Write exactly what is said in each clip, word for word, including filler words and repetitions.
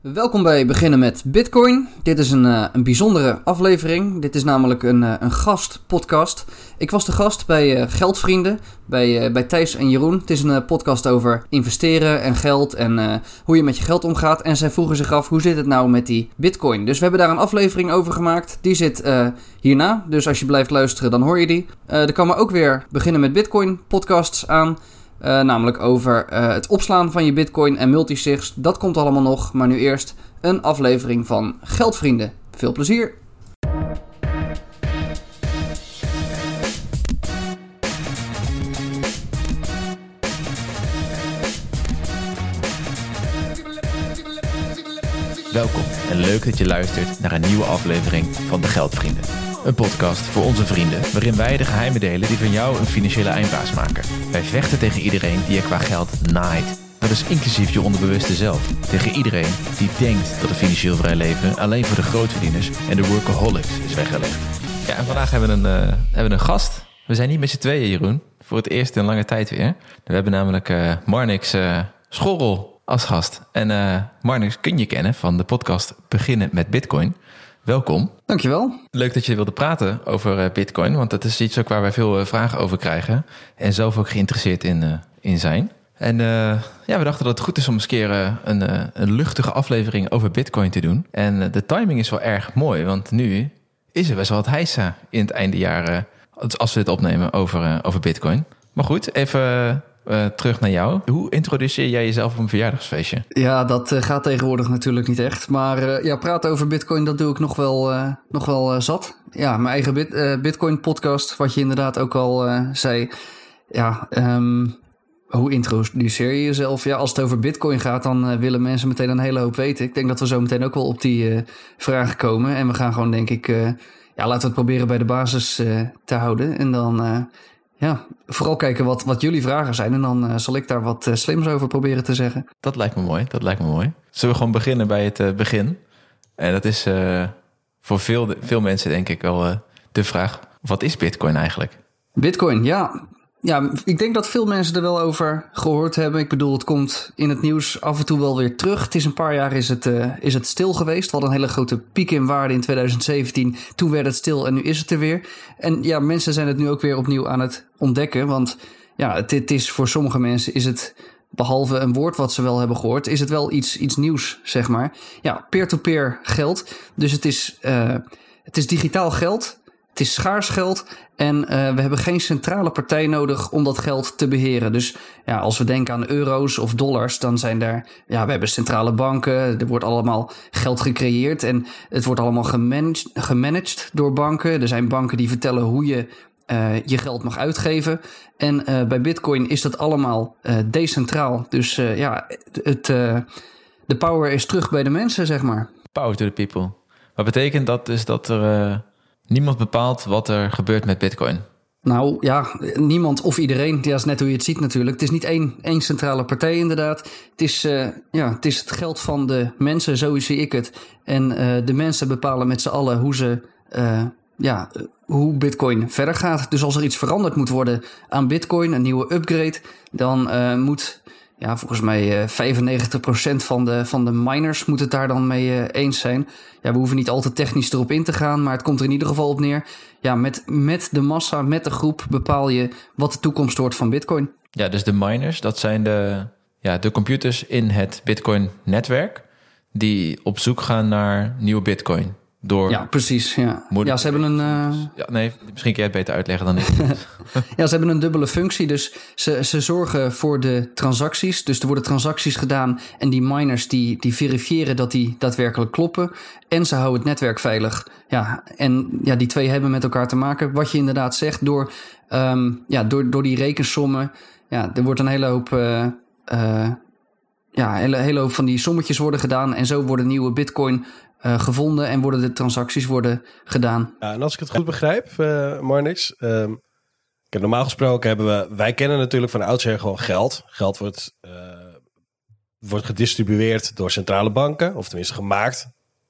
Welkom bij Beginnen met Bitcoin. Dit is een, uh, een bijzondere aflevering. Dit is namelijk een, uh, een gastpodcast. Ik was de gast bij uh, Geldvrienden, bij, uh, bij Thijs en Jeroen. Het is een uh, podcast over investeren en geld en uh, hoe je met je geld omgaat. En zij vroegen zich af, hoe zit het nou met die Bitcoin? Dus we hebben daar een aflevering over gemaakt. Die zit uh, hierna, dus als je blijft luisteren, dan hoor je die. Uh, er komen ook weer Beginnen met Bitcoin podcasts aan. Uh, namelijk over uh, het opslaan van je bitcoin en multisigs. Dat komt allemaal nog, maar nu eerst een aflevering van Geldvrienden. Veel plezier! Welkom en leuk dat je luistert naar een nieuwe aflevering van de Geldvrienden. Een podcast voor onze vrienden, waarin wij de geheimen delen die van jou een financiële eindbaas maken. Wij vechten tegen iedereen die je qua geld naait. Dat is inclusief je onderbewuste zelf. Tegen iedereen die denkt dat een financieel vrij leven alleen voor de grootverdieners en de workaholics is weggelegd. Ja, en vandaag hebben we een, uh, hebben we een gast. We zijn niet met z'n tweeën, Jeroen. Voor het eerst in lange tijd weer. We hebben namelijk uh, Marnix uh, Schorrel als gast. En uh, Marnix kun je kennen van de podcast Beginnen met Bitcoin. Welkom. Dankjewel. Leuk dat je wilde praten over uh, Bitcoin, want dat is iets ook waar wij veel uh, vragen over krijgen en zelf ook geïnteresseerd in, uh, in zijn. En uh, ja, we dachten dat het goed is om eens een keer uh, een, uh, een luchtige aflevering over Bitcoin te doen. En uh, de timing is wel erg mooi, want nu is er best wel wat heisa in het einde jaar uh, als we dit opnemen over, uh, over Bitcoin. Maar goed, even Uh, Uh, terug naar jou. Hoe introduceer jij jezelf op een verjaardagsfeestje? Ja, dat uh, gaat tegenwoordig natuurlijk niet echt. Maar uh, ja, praten over Bitcoin, dat doe ik nog wel, uh, nog wel uh, zat. Ja, mijn eigen bit, uh, Bitcoin podcast, wat je inderdaad ook al uh, zei. Ja, um, hoe introduceer je jezelf? Ja, als het over Bitcoin gaat, dan uh, willen mensen meteen een hele hoop weten. Ik denk dat we zo meteen ook wel op die uh, vragen komen. En we gaan gewoon, denk ik, uh, ja, laten we het proberen bij de basis uh, te houden. En dan Uh, Ja, vooral kijken wat, wat jullie vragen zijn. En dan uh, zal ik daar wat uh, slims over proberen te zeggen. Dat lijkt me mooi, dat lijkt me mooi. Zullen we gewoon beginnen bij het uh, begin? En dat is uh, voor veel, veel mensen denk ik wel uh, de vraag. Wat is Bitcoin eigenlijk? Bitcoin, ja. Ja, ik denk dat veel mensen er wel over gehoord hebben. Ik bedoel, het komt in het nieuws af en toe wel weer terug. Het is een paar jaar is het, uh, is het stil geweest. We hadden een hele grote piek in waarde in twintig zeventien. Toen werd het stil en nu is het er weer. En ja, mensen zijn het nu ook weer opnieuw aan het ontdekken. Want ja, het, het is voor sommige mensen is het, behalve een woord wat ze wel hebben gehoord, is het wel iets, iets nieuws, zeg maar. Ja, peer-to-peer geld. Dus het is, uh, het is digitaal geld. Het is schaars geld en uh, we hebben geen centrale partij nodig om dat geld te beheren. Dus ja, als we denken aan euro's of dollars, dan zijn daar, ja, we hebben centrale banken. Er wordt allemaal geld gecreëerd en het wordt allemaal gemanaged, gemanaged door banken. Er zijn banken die vertellen hoe je uh, je geld mag uitgeven. En uh, bij Bitcoin is dat allemaal uh, decentraal. Dus uh, ja, het, uh, de power is terug bij de mensen, zeg maar. Power to the people. Wat betekent dat dus dat er Uh... niemand bepaalt wat er gebeurt met Bitcoin? Nou ja, niemand of iedereen. Ja, dat is net hoe je het ziet natuurlijk. Het is niet één, één centrale partij inderdaad. Het is, uh, ja, het is het geld van de mensen, zo zie ik het. En uh, de mensen bepalen met z'n allen hoe ze, uh, ja, hoe Bitcoin verder gaat. Dus als er iets veranderd moet worden aan Bitcoin, een nieuwe upgrade, dan uh, moet Ja, volgens mij uh, vijfennegentig procent van de, van de miners moet het daar dan mee uh, eens zijn. Ja, we hoeven niet al te technisch erop in te gaan, maar het komt er in ieder geval op neer. Ja, met, met de massa, met de groep bepaal je wat de toekomst wordt van Bitcoin. Ja, dus de miners, dat zijn de, ja, de computers in het Bitcoin-netwerk die op zoek gaan naar nieuwe Bitcoin. Door ja, precies. Ja, ja ze hebben een Uh... Ja, nee, misschien kun jij het beter uitleggen dan ik. Ja, ze hebben een dubbele functie. Dus ze, ze zorgen voor de transacties. Dus er worden transacties gedaan en die miners die, die verifiëren dat die daadwerkelijk kloppen. En ze houden het netwerk veilig. Ja, en ja, die twee hebben met elkaar te maken. Wat je inderdaad zegt, door, um, ja, door, door die rekensommen. Ja, er wordt een hele hoop Uh, uh, ja, een hele, hele hoop van die sommetjes worden gedaan. En zo worden nieuwe Bitcoin Uh, gevonden en worden de transacties worden gedaan. Ja, en als ik het goed begrijp, uh, Marnix, uh, normaal gesproken hebben we, wij kennen natuurlijk van oudsher gewoon geld. Geld wordt, uh, wordt gedistribueerd door centrale banken, of tenminste gemaakt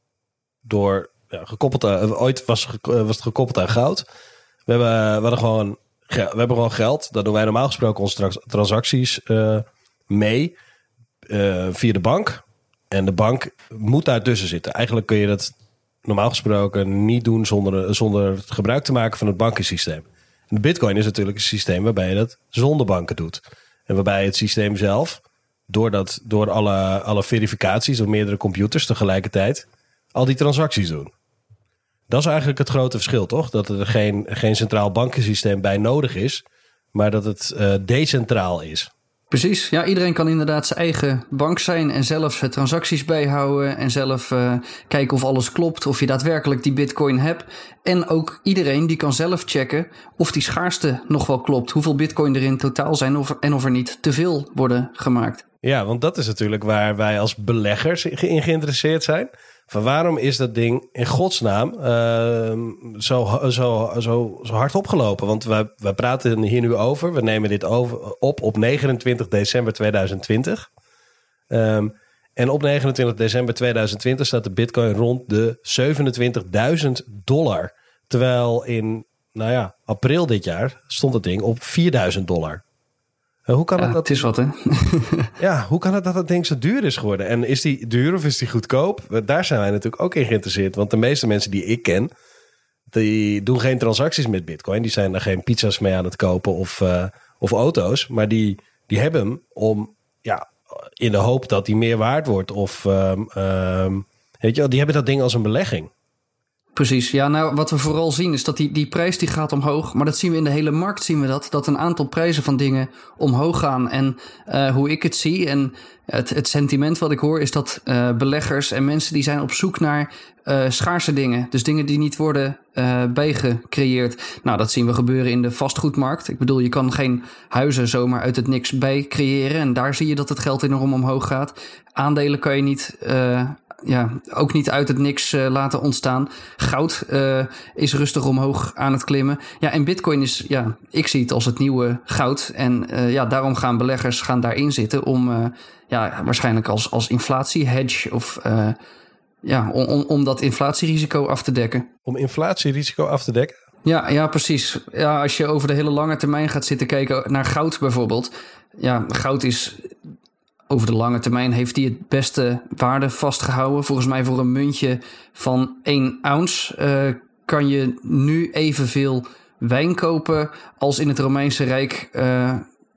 door, ja, gekoppeld aan, ooit was, was het gekoppeld aan goud. We hebben, we hadden gewoon, we hebben gewoon geld. Daar doen wij normaal gesproken onze transacties uh, mee uh, via de bank. En de bank moet daartussen zitten. Eigenlijk kun je dat normaal gesproken niet doen zonder, zonder het gebruik te maken van het bankensysteem. De Bitcoin is natuurlijk een systeem waarbij je dat zonder banken doet. En waarbij het systeem zelf, door, dat, door alle, alle verificaties door meerdere computers tegelijkertijd, al die transacties doen. Dat is eigenlijk het grote verschil, toch? Dat er geen, geen centraal bankensysteem bij nodig is, maar dat het uh, decentraal is. Precies, ja, iedereen kan inderdaad zijn eigen bank zijn en zelf transacties bijhouden en zelf uh, kijken of alles klopt, of je daadwerkelijk die bitcoin hebt. En ook iedereen die kan zelf checken of die schaarste nog wel klopt, hoeveel bitcoin er in totaal zijn of, en of er niet te veel worden gemaakt. Ja, want dat is natuurlijk waar wij als beleggers in geïnteresseerd zijn. Van waarom is dat ding in godsnaam uh, zo, zo, zo, zo hard opgelopen? Want wij, wij praten hier nu over. We nemen dit over, op op negenentwintig december tweeduizend twintig. Um, en op negenentwintig december tweeduizend twintig staat de bitcoin rond de zevenentwintigduizend dollar. Terwijl in nou ja, april dit jaar stond het ding op vierduizend dollar. Hoe kan ja, het dat? Het is wat, hè? Ja, hoe kan het dat dat ding zo duur is geworden? En is die duur of is die goedkoop? Daar zijn wij natuurlijk ook in geïnteresseerd. Want de meeste mensen die ik ken, die doen geen transacties met bitcoin. Die zijn er geen pizza's mee aan het kopen of, uh, of auto's. Maar die, die hebben hem om, ja, in de hoop dat die meer waard wordt. Of, um, um, weet je wel, die hebben dat ding als een belegging. Precies, ja, nou wat we vooral zien is dat die, die prijs die gaat omhoog. Maar dat zien we in de hele markt, zien we dat. Dat een aantal prijzen van dingen omhoog gaan. En uh, hoe ik het zie en het, het sentiment wat ik hoor is dat uh, beleggers en mensen die zijn op zoek naar uh, schaarse dingen. Dus dingen die niet worden uh, bijgecreëerd. Nou, dat zien we gebeuren in de vastgoedmarkt. Ik bedoel, je kan geen huizen zomaar uit het niks bij creëren. En daar zie je dat het geld enorm omhoog gaat. Aandelen kan je niet... Uh, Ja, ook niet uit het niks uh, laten ontstaan. Goud uh, is rustig omhoog aan het klimmen. Ja, en bitcoin is, ja, ik zie het als het nieuwe goud. En uh, ja, daarom gaan beleggers gaan daarin zitten om, uh, ja, waarschijnlijk als, als inflatie-hedge of, uh, ja, om, om, om dat inflatierisico af te dekken. Om inflatierisico af te dekken? Ja, ja, precies. Ja, als je over de hele lange termijn gaat zitten kijken naar goud bijvoorbeeld. Ja, goud is... Over de lange termijn heeft hij het beste waarde vastgehouden. Volgens mij voor een muntje van één ounce uh, kan je nu evenveel wijn kopen als in het Romeinse Rijk uh,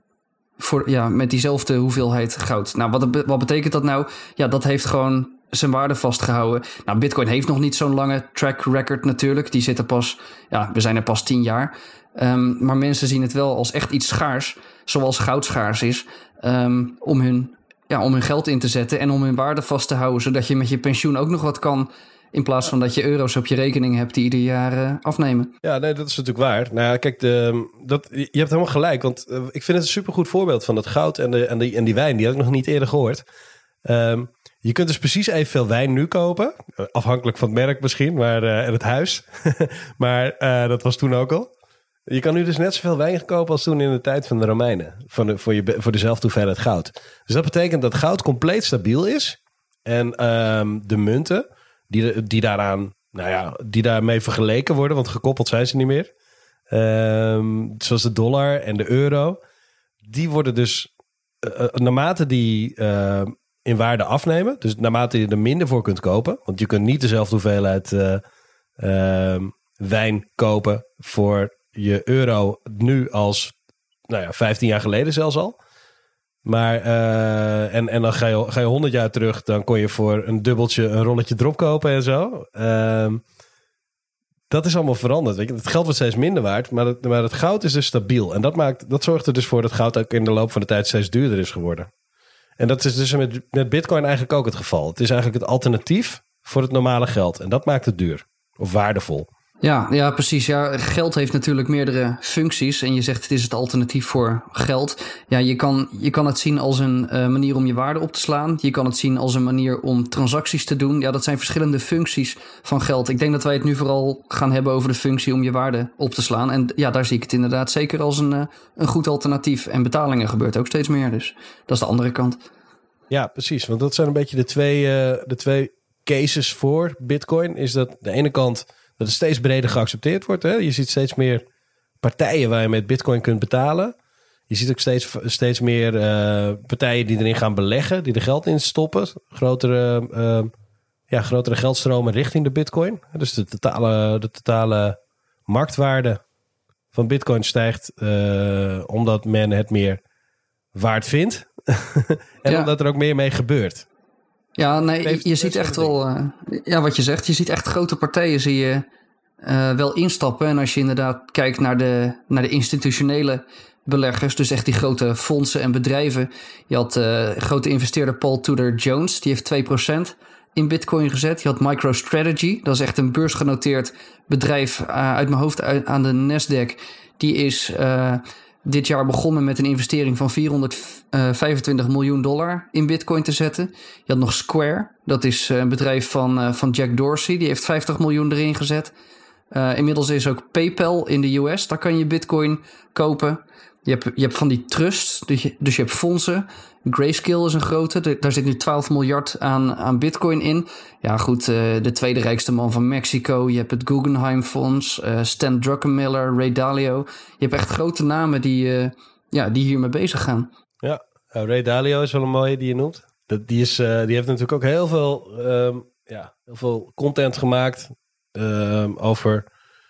voor, ja, met diezelfde hoeveelheid goud. Nou, wat, wat betekent dat nou? Ja, dat heeft gewoon zijn waarde vastgehouden. Nou, Bitcoin heeft nog niet zo'n lange track record natuurlijk. Die zit er pas, ja, we zijn er pas tien jaar. Um, maar mensen zien het wel als echt iets schaars, zoals goud schaars is, um, om hun... Ja, om hun geld in te zetten en om hun waarde vast te houden, zodat je met je pensioen ook nog wat kan, in plaats van dat je euro's op je rekening hebt die ieder jaar uh, afnemen. Ja, nee, dat is natuurlijk waar. Nou ja, kijk, de, dat, je hebt helemaal gelijk, want uh, ik vind het een supergoed voorbeeld van het goud en, de, en, die, en die wijn. Die had ik nog niet eerder gehoord. Um, je kunt dus precies evenveel wijn nu kopen, afhankelijk van het merk misschien, maar, uh, en het huis. maar uh, dat was toen ook al. Je kan nu dus net zoveel wijn kopen als toen in de tijd van de Romeinen. Van de, voor, je, voor dezelfde hoeveelheid goud. Dus dat betekent dat goud compleet stabiel is. En um, de munten die, die, daaraan, nou ja, die daarmee vergeleken worden. Want gekoppeld zijn ze niet meer. Um, zoals de dollar en de euro. Die worden dus uh, naarmate die uh, in waarde afnemen. Dus naarmate je er minder voor kunt kopen. Want je kunt niet dezelfde hoeveelheid uh, uh, wijn kopen voor... je euro nu als, nou ja, vijftien jaar geleden zelfs al. Maar, uh, en, en dan ga je, ga je honderd jaar terug, dan kon je voor een dubbeltje een rolletje drop kopen en zo. Uh, dat is allemaal veranderd. Weet je? Het geld wordt steeds minder waard, maar het, maar het goud is dus stabiel. En dat, maakt, dat zorgt er dus voor dat goud ook in de loop van de tijd steeds duurder is geworden. En dat is dus met, met Bitcoin eigenlijk ook het geval. Het is eigenlijk het alternatief voor het normale geld. En dat maakt het duur of waardevol. Ja, ja, precies. Ja, geld heeft natuurlijk meerdere functies. En je zegt het is het alternatief voor geld. Ja, je kan, je kan het zien als een uh, manier om je waarde op te slaan. Je kan het zien als een manier om transacties te doen. Ja, dat zijn verschillende functies van geld. Ik denk dat wij het nu vooral gaan hebben over de functie om je waarde op te slaan. En ja, daar zie ik het inderdaad zeker als een, uh, een goed alternatief. En betalingen gebeurt ook steeds meer. Dus dat is de andere kant. Ja, precies. Want dat zijn een beetje de twee, uh, de twee cases voor Bitcoin. Is dat de ene kant... dat het steeds breder geaccepteerd wordt. Hè? Je ziet steeds meer partijen waar je met Bitcoin kunt betalen. je ziet ook steeds, steeds meer uh, partijen die erin gaan beleggen, die er geld in stoppen. Grotere, uh, ja, grotere geldstromen richting de bitcoin. Dus de totale, de totale marktwaarde van bitcoin stijgt uh, omdat men het meer waard vindt. en ja. omdat er ook meer mee gebeurt. Ja, nee, je, je ziet echt wel, uh, ja, wat je zegt, je ziet echt grote partijen zie je uh, wel instappen. En als je inderdaad kijkt naar de, naar de institutionele beleggers, dus echt die grote fondsen en bedrijven. Je had uh, grote investeerder Paul Tudor Jones, die heeft twee procent in bitcoin gezet. Je had MicroStrategy, dat is echt een beursgenoteerd bedrijf uh, uit mijn hoofd uit, aan de Nasdaq. Die is uh, dit jaar begonnen met een investering van vierhonderdvijfentwintig miljoen dollar in bitcoin te zetten. Je had nog Square, dat is een bedrijf van, uh, van Jack Dorsey, die heeft vijftig miljoen erin gezet. Uh, inmiddels is ook PayPal in de U S, daar kan je bitcoin kopen. Je hebt, je hebt van die trusts, dus je, dus je hebt fondsen. Grayscale is een grote, de, daar zit nu twaalf miljard aan, aan bitcoin in. Ja goed, uh, de tweede rijkste man van Mexico. Je hebt het Guggenheim Fonds, uh, Stan Druckenmiller, Ray Dalio. Je hebt echt grote namen die, uh, ja, die hiermee bezig gaan. Ja, uh, Ray Dalio is wel een mooie die je noemt. Dat, die, is, uh, die heeft natuurlijk ook heel veel, um, ja, heel veel content gemaakt um, over,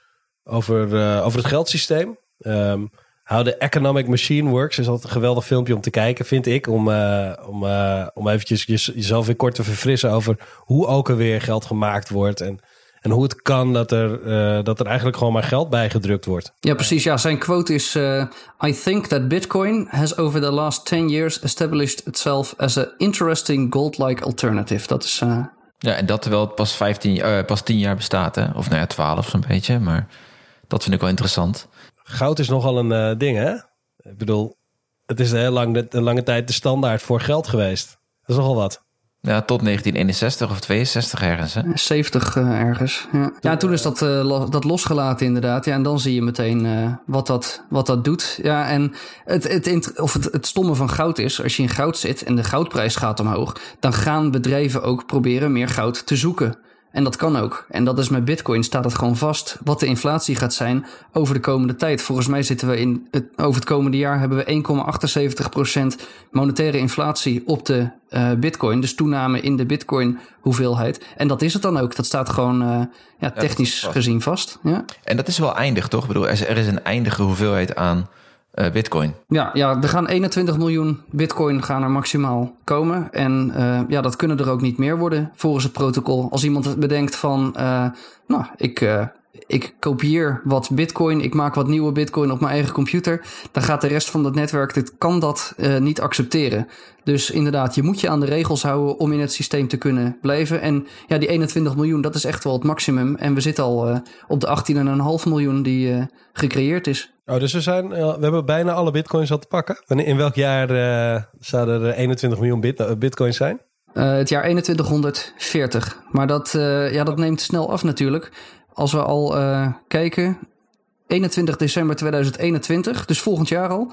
over, uh, over het geldsysteem. Um, How the Economic Machine Works is altijd een geweldig filmpje om te kijken, vind ik. Om, uh, om, uh, om eventjes jezelf weer kort te verfrissen over hoe ook alweer geld gemaakt wordt. En, en hoe het kan dat er, uh, dat er eigenlijk gewoon maar geld bijgedrukt wordt. Ja, precies. Ja, zijn quote is... Uh, I think that Bitcoin has over the last ten years established itself as an interesting gold-like alternative. Dat is... Uh... Ja, en dat terwijl het pas, vijftien, uh, pas tien jaar bestaat, hè? Of nou ja, twaalf zo'n beetje. Maar dat vind ik wel interessant. Goud is nogal een uh, ding, hè? Ik bedoel, het is een heel lang, de, een lange tijd de standaard voor geld geweest. Dat is nogal wat. Ja, tot negentien eenenzestig of tweeënzestig ergens, hè? zeventig uh, ergens, ja. Ja, toen is dat, uh, lo- dat losgelaten inderdaad. Ja, en dan zie je meteen uh, wat, dat, wat dat doet. Ja, en het, het, of het, het stomme van goud is, als je in goud zit en de goudprijs gaat omhoog, dan gaan bedrijven ook proberen meer goud te zoeken. En dat kan ook. En dat is met bitcoin staat het gewoon vast wat de inflatie gaat zijn over de komende tijd. Volgens mij zitten we in het, over het komende jaar hebben we één komma achtenzeventig procent monetaire inflatie op de uh, bitcoin. Dus toename in de bitcoin hoeveelheid. En dat is het dan ook. Dat staat gewoon uh, ja, technisch ja, vast. gezien vast. Ja. En dat is wel eindig, toch? Ik bedoel, er is een eindige hoeveelheid aan Uh, bitcoin. Ja, ja, er gaan eenentwintig miljoen bitcoin gaan er maximaal komen. En uh, ja, dat kunnen er ook niet meer worden volgens het protocol. Als iemand bedenkt van, uh, nou, ik, uh, ik kopieer wat bitcoin, ik maak wat nieuwe bitcoin op mijn eigen computer, dan gaat de rest van het netwerk, dit kan dat uh, niet accepteren. Dus inderdaad, je moet je aan de regels houden om in het systeem te kunnen blijven. En ja, die eenentwintig miljoen, dat is echt wel het maximum. En we zitten al uh, op de achttien komma vijf miljoen die uh, gecreëerd is. Oh, dus we, zijn, uh, we hebben bijna alle bitcoins al te pakken. In welk jaar uh, zouden er eenentwintig miljoen bit, uh, bitcoins zijn? Uh, het jaar eenentwintighonderdveertig. Maar dat, uh, ja, dat neemt snel af natuurlijk. Als we al uh, kijken, eenentwintig december tweeduizend eenentwintig, dus volgend jaar al,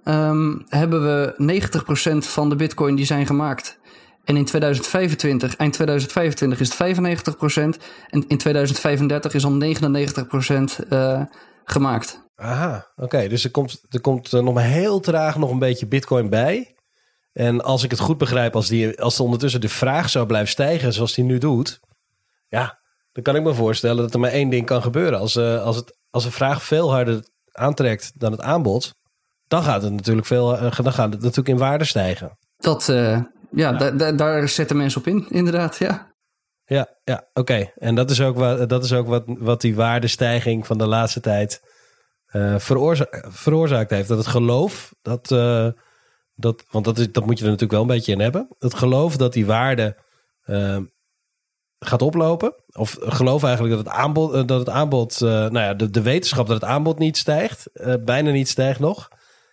um, hebben we negentig procent van de bitcoin die zijn gemaakt. En in tweeduizend vijfentwintig, eind tweeduizend vijfentwintig is het vijfennegentig procent. En in tweeduizend vijfendertig is al negenennegentig procent uh, gemaakt. Aha, oké. Okay. Dus er komt, er komt nog maar heel traag nog een beetje bitcoin bij. En als ik het goed begrijp, als, die, als ondertussen de vraag zou blijven stijgen zoals die nu doet, ja, dan kan ik me voorstellen dat er maar één ding kan gebeuren. Als, uh, als, het, als de vraag veel harder aantrekt dan het aanbod, dan gaat het natuurlijk, veel, uh, dan gaat het natuurlijk in waarde stijgen. Dat, uh, ja, ja. Da- da- daar zetten mensen op in, inderdaad, ja. Ja, ja oké. Okay. En dat is ook, wat, dat is ook wat, wat die waardestijging van de laatste tijd uh, veroorza- veroorzaakt heeft. Dat het geloof, dat, uh, dat, want dat, is, dat moet je er natuurlijk wel een beetje in hebben. Het geloof dat die waarde uh, gaat oplopen. Of geloof eigenlijk dat het aanbod, uh, dat het aanbod uh, nou ja, de, de wetenschap dat het aanbod niet stijgt. Uh, bijna niet stijgt nog.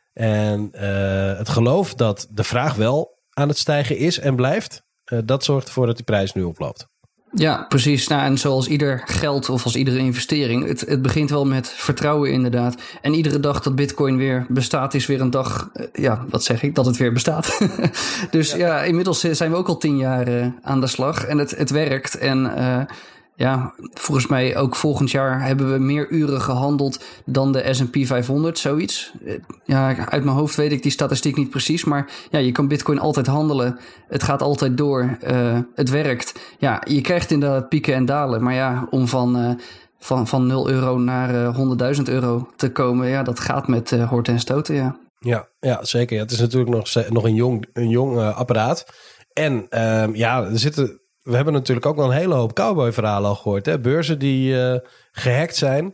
En uh, het geloof dat de vraag wel aan het stijgen is en blijft. Uh, dat zorgt ervoor dat die prijs nu oploopt. Ja, precies. Nou, en zoals ieder geld of als iedere investering, het, het begint wel met vertrouwen inderdaad. En iedere dag dat bitcoin weer bestaat is weer een dag, uh, ja, wat zeg ik, dat het weer bestaat. dus ja. ja, inmiddels zijn we ook al tien jaar uh, aan de slag en het, het werkt. En uh, ja, volgens mij ook volgend jaar hebben we meer uren gehandeld dan de S en P vijfhonderd, zoiets. Ja, uit mijn hoofd weet ik die statistiek niet precies, maar ja, je kan Bitcoin altijd handelen. Het gaat altijd door. Uh, het werkt. Ja, je krijgt inderdaad pieken en dalen, maar ja, om van, uh, van, van nul euro naar uh, honderdduizend euro te komen, ja, dat gaat met uh, horten en stoten, ja. Ja, ja, zeker. Ja, het is natuurlijk nog, nog een jong, een jong uh, apparaat. En uh, ja, er zitten... We hebben natuurlijk ook wel een hele hoop cowboy-verhalen al gehoord. Hè? Beurzen die uh, gehackt zijn.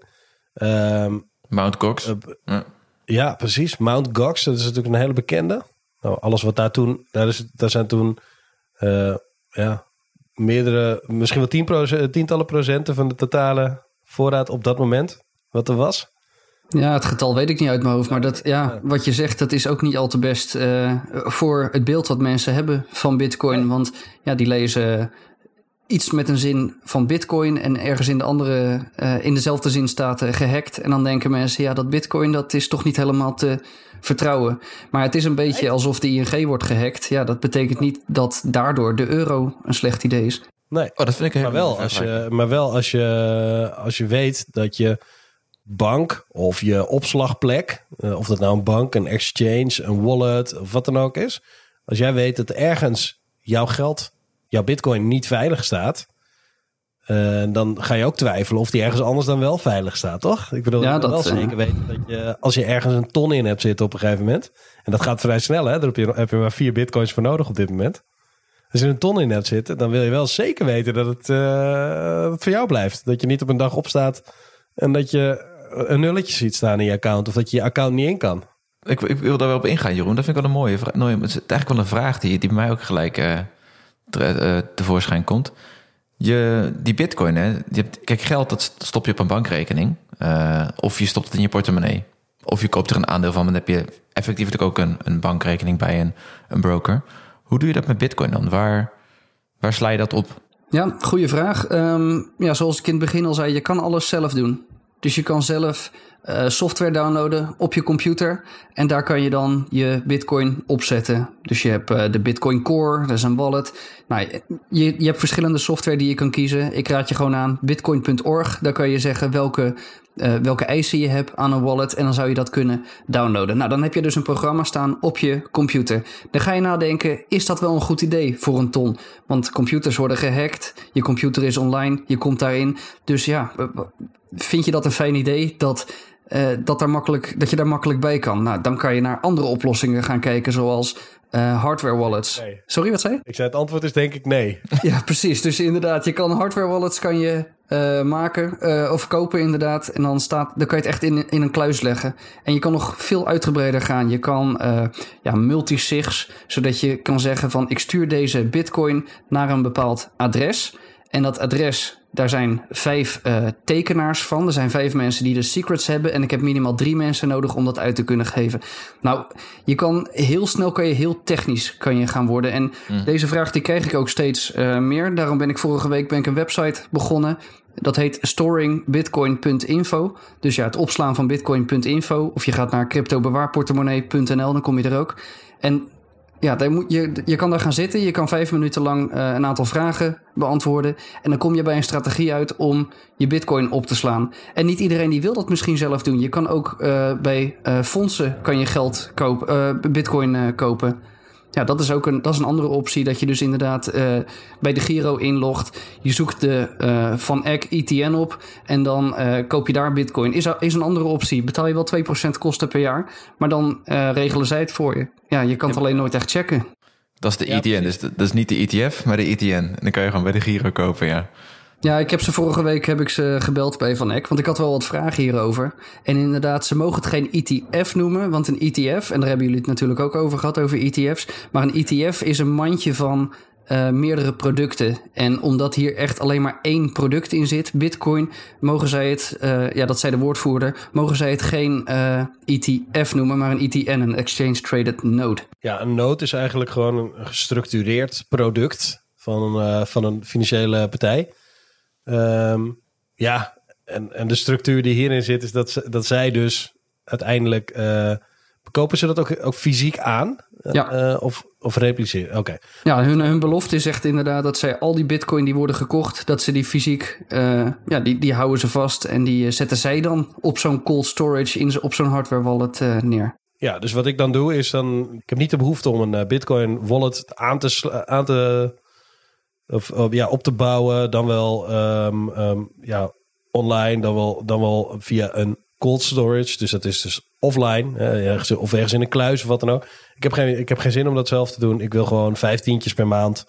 Um, Mount Gox. Uh, ja. ja, precies. Mount Gox, dat is natuurlijk een hele bekende. Nou, alles wat daar toen... Daar, is, daar zijn toen uh, ja, meerdere... Misschien wel tien procent, tientallen procenten van de totale voorraad op dat moment. Wat er was. Ja, het getal weet ik niet uit mijn hoofd. Maar dat, ja, wat je zegt, dat is ook niet al te best uh, voor het beeld wat mensen hebben van Bitcoin. Want ja, die lezen iets met een zin van Bitcoin en ergens in de andere, uh, in dezelfde zin staat uh, gehackt. En dan denken mensen, ja, dat Bitcoin, dat is toch niet helemaal te vertrouwen. Maar het is een beetje alsof de I N G wordt gehackt. Ja, dat betekent niet dat daardoor de euro een slecht idee is. Nee, oh, dat vind ik maar wel als je, maar wel als je, als je weet dat je bank of je opslagplek, uh, of dat nou een bank, een exchange, een wallet of wat dan ook is. Als jij weet dat ergens jouw geld, jouw Bitcoin niet veilig staat, uh, dan ga je ook twijfelen of die ergens anders dan wel veilig staat, toch? Ik bedoel, ja, dat wel zeker weten dat je, als je ergens een ton in hebt zitten op een gegeven moment, en dat gaat vrij snel, hè? Daar heb je, heb je maar vier Bitcoins voor nodig op dit moment. Als je een ton in hebt zitten, dan wil je wel zeker weten dat het, uh, dat het voor jou blijft. Dat je niet op een dag opstaat en dat je een nulletje ziet staan in je account, of dat je je account niet in kan. Ik, ik wil daar wel op ingaan, Jeroen. Dat vind ik wel een mooie vraag. Nou, het is eigenlijk wel een vraag die, die bij mij ook gelijk uh, te, uh, tevoorschijn komt. Je, die Bitcoin, hè, je hebt, kijk, geld dat stop je op een bankrekening. Uh, of je stopt het in je portemonnee. Of je koopt er een aandeel van, dan heb je effectief ook een, een bankrekening bij een, een broker. Hoe doe je dat met Bitcoin dan? Waar, waar sla je dat op? Ja, goede vraag. Um, ja, zoals ik in het begin al zei, je kan alles zelf doen. Dus je kan zelf uh, software downloaden op je computer en daar kan je dan je Bitcoin opzetten. Dus je hebt uh, de Bitcoin Core, dat is een wallet. Nou, je, je hebt verschillende software die je kan kiezen. Ik raad je gewoon aan bitcoin punt org. Daar kan je zeggen welke, uh, welke eisen je hebt aan een wallet en dan zou je dat kunnen downloaden. Nou, dan heb je dus een programma staan op je computer. Dan ga je nadenken, is dat wel een goed idee voor een ton? Want computers worden gehackt, je computer is online, je komt daarin. Dus ja, vind je dat een fijn idee dat, uh, dat, daar makkelijk, dat je daar makkelijk bij kan? Nou, dan kan je naar andere oplossingen gaan kijken, zoals uh, hardware wallets. Nee. Sorry, wat zei je? Ik zei, het antwoord is denk ik nee. Ja, precies. Dus inderdaad, je kan hardware wallets kan je uh, maken uh, of kopen inderdaad. En dan, staat, dan kan je het echt in, in een kluis leggen. En je kan nog veel uitgebreider gaan. Je kan uh, ja, multisigs, zodat je kan zeggen van ik stuur deze bitcoin naar een bepaald adres. En dat adres, daar zijn vijf uh, tekenaars van. Er zijn vijf mensen die de secrets hebben. En ik heb minimaal drie mensen nodig om dat uit te kunnen geven. Nou, je kan heel snel kan je heel technisch kan je gaan worden. En mm. deze vraag die krijg ik ook steeds uh, meer. Daarom ben ik vorige week ben ik een website begonnen. Dat heet storing bitcoin punt info. Dus ja, het opslaan van bitcoin punt info. Of je gaat naar crypto bewaarportemonnee punt n l, dan kom je er ook. En ja, daar moet je, je kan daar gaan zitten. Je kan vijf minuten lang uh, een aantal vragen beantwoorden. En dan kom je bij een strategie uit om je bitcoin op te slaan. En niet iedereen die wil dat misschien zelf doen. Je kan ook uh, bij uh, fondsen kan je geld kopen, uh, bitcoin uh, kopen. Ja, dat is ook een, dat is een andere optie. Dat je dus inderdaad uh, bij de Giro inlogt. Je zoekt de uh, Van Eck E T N op. En dan uh, koop je daar bitcoin. Is, is een andere optie. Betaal je wel twee procent kosten per jaar. Maar dan uh, regelen zij het voor je. Ja, je kan het ja, alleen nooit echt checken. Dat is de ja, E T N. Dus dat is niet de E T F, maar de E T N. En dan kan je gewoon bij de Giro kopen, ja. Ja, ik heb ze vorige week heb ik ze gebeld bij Van Eck, want ik had wel wat vragen hierover. En inderdaad, ze mogen het geen E T F noemen, want een E T F, en daar hebben jullie het natuurlijk ook over gehad, over E T F's. Maar een E T F is een mandje van uh, meerdere producten. En omdat hier echt alleen maar één product in zit, Bitcoin, mogen zij het, uh, ja, dat zei de woordvoerder, mogen zij het geen uh, E T F noemen, maar een E T N, een Exchange Traded Node. Ja, een node is eigenlijk gewoon een gestructureerd product van een, uh, van een financiële partij. Um, ja, en, en de structuur die hierin zit is dat, ze, dat zij dus uiteindelijk uh, kopen ze dat ook, ook fysiek aan? Ja. Uh, of, of repliceren? Oké. Okay. Ja, hun, hun belofte is echt inderdaad dat zij al die bitcoin die worden gekocht, dat ze die fysiek, uh, ja, die, die houden ze vast en die uh, zetten zij dan op zo'n cold storage, in, op zo'n hardware wallet uh, neer. Ja, dus wat ik dan doe is dan, ik heb niet de behoefte om een uh, bitcoin wallet aan te, aan te of, uh, ja, op te bouwen, dan wel um, um, ja, online, dan wel, dan wel via een cold storage. Dus dat is dus offline, uh, ergens, of ergens in een kluis of wat dan ook. Ik heb, geen, ik heb geen zin om dat zelf te doen. Ik wil gewoon vijftientjes per maand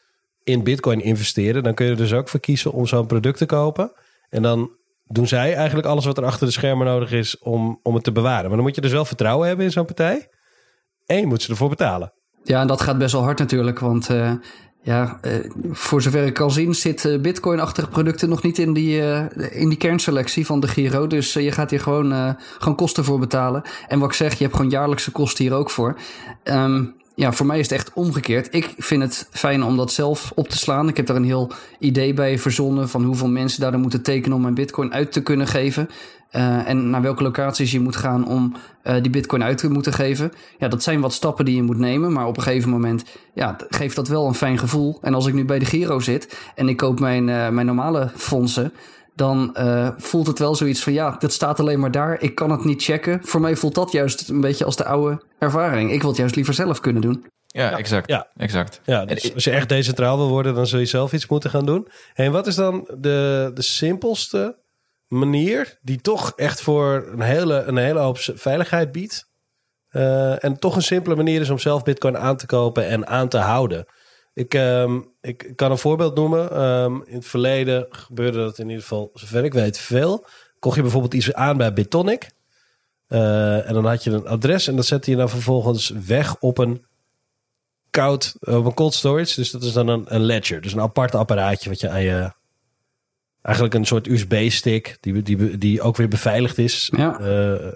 in bitcoin investeren. Dan kun je er dus ook voor kiezen om zo'n product te kopen. En dan doen zij eigenlijk alles wat er achter de schermen nodig is om, om het te bewaren. Maar dan moet je dus wel vertrouwen hebben in zo'n partij. En je moet ze ervoor betalen. Ja, en dat gaat best wel hard natuurlijk, want uh, ja, uh, voor zover ik kan zien zit uh, bitcoin-achtige producten nog niet in die, uh, in die kernselectie van de Giro. Dus uh, je gaat hier gewoon, uh, gewoon kosten voor betalen. En wat ik zeg, je hebt gewoon jaarlijkse kosten hier ook voor. Um, ja, voor mij is het echt omgekeerd. Ik vind het fijn om dat zelf op te slaan. Ik heb daar een heel idee bij verzonnen van hoeveel mensen daar moeten tekenen om mijn bitcoin uit te kunnen geven. Uh, en naar welke locaties je moet gaan om uh, die bitcoin uit te moeten geven. Ja, dat zijn wat stappen die je moet nemen. Maar op een gegeven moment ja, geeft dat wel een fijn gevoel. En als ik nu bij de Giro zit en ik koop mijn, uh, mijn normale fondsen, dan uh, voelt het wel zoiets van ja, dat staat alleen maar daar. Ik kan het niet checken. Voor mij voelt dat juist een beetje als de oude ervaring. Ik wil het juist liever zelf kunnen doen. Ja, ja. exact. Ja. exact. Ja, dus als je echt decentraal wil worden, dan zul je zelf iets moeten gaan doen. En wat is dan de, de simpelste manier die toch echt voor een hele, een hele hoop veiligheid biedt? Uh, en toch een simpele manier is om zelf bitcoin aan te kopen en aan te houden. Ik, um, ik kan een voorbeeld noemen. Um, in het verleden gebeurde dat in ieder geval, zover ik weet, veel. Kocht je bijvoorbeeld iets aan bij Bitonic. Uh, en dan had je een adres en dat zette je dan vervolgens weg op een koud, op een cold storage. Dus dat is dan een, een ledger. Dus een apart apparaatje wat je aan je, eigenlijk een soort U S B-stick die, die, die ook weer beveiligd is. Ja. Uh, uh,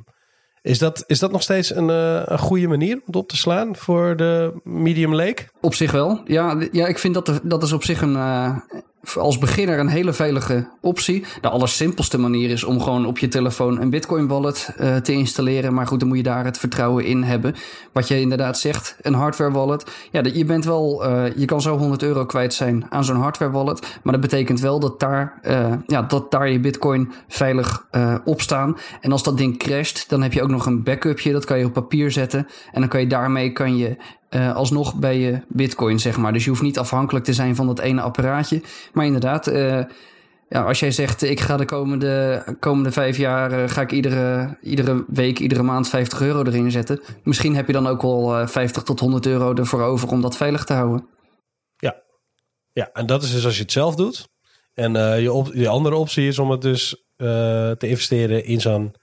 Is dat, is dat nog steeds een, uh, een goede manier om het op te slaan voor de Medium Lake? Op zich wel. Ja, ja ik vind dat, de, dat is op zich een, uh, als beginner een hele veilige optie. De allersimpelste manier is om gewoon op je telefoon een Bitcoin wallet uh, te installeren. Maar goed, dan moet je daar het vertrouwen in hebben. Wat je inderdaad zegt, een hardware wallet. Ja, je bent wel, uh, je kan zo honderd euro kwijt zijn aan zo'n hardware wallet. Maar dat betekent wel dat daar, uh, ja, dat daar je Bitcoin veilig uh, op staan. En als dat ding crasht, dan heb je ook nog een backupje. Dat kan je op papier zetten. En dan kan je daarmee kan je Uh, alsnog bij je bitcoin, zeg maar. Dus je hoeft niet afhankelijk te zijn van dat ene apparaatje. Maar inderdaad, uh, ja, als jij zegt, ik ga de komende, komende vijf jaar, uh, ga ik iedere, iedere week, iedere maand vijftig euro erin zetten. Misschien heb je dan ook wel uh, vijftig tot honderd euro ervoor over om dat veilig te houden. Ja, ja, en dat is dus als je het zelf doet. En uh, je, op, je andere optie is om het dus uh, te investeren in zo'n,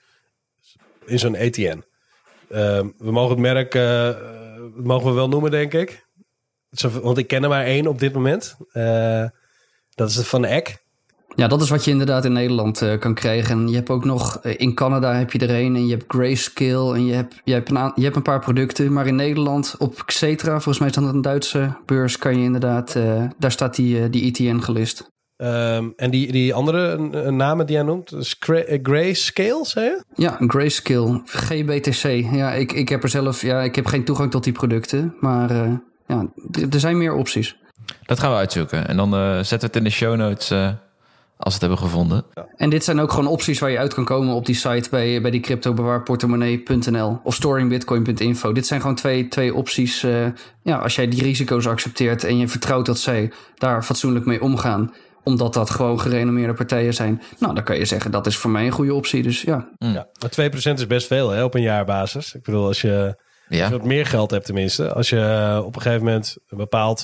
in zo'n E T N. Uh, we mogen het merk, uh, dat mogen we wel noemen, denk ik. Want ik ken er maar één op dit moment. Uh, dat is het van Eck. Ja, dat is wat je inderdaad in Nederland uh, kan krijgen. En je hebt ook nog, uh, in Canada heb je er een. En je hebt Grayscale. En je hebt, je, hebt een, je hebt een paar producten. Maar in Nederland, op Xetra, volgens mij is dat een Duitse beurs, kan je inderdaad, uh, daar staat die, uh, die E T N gelist. Um, en die, die andere uh, namen die jij noemt, is Gray, uh, Grayscale, zei je? Ja, Grayscale, G B T C. Ja, ik, ik heb er zelf, ja, ik heb geen toegang tot die producten, maar uh, ja, d- er zijn meer opties. Dat gaan we uitzoeken en dan uh, zetten we het in de show notes uh, als we het hebben gevonden. Ja. En dit zijn ook gewoon opties waar je uit kan komen op die site bij, bij die cryptobewaarportemonnee punt n l of storingbitcoin punt info. Dit zijn gewoon twee, twee opties. Uh, ja, als jij die risico's accepteert en je vertrouwt dat zij daar fatsoenlijk mee omgaan, omdat dat gewoon gerenommeerde partijen zijn, nou, dan kan je zeggen, dat is voor mij een goede optie. Dus ja. Mm. Ja, maar twee procent is best veel, hè, op een jaarbasis. Ik bedoel, als je, ja. als je wat meer geld hebt tenminste. Als je op een gegeven moment een bepaald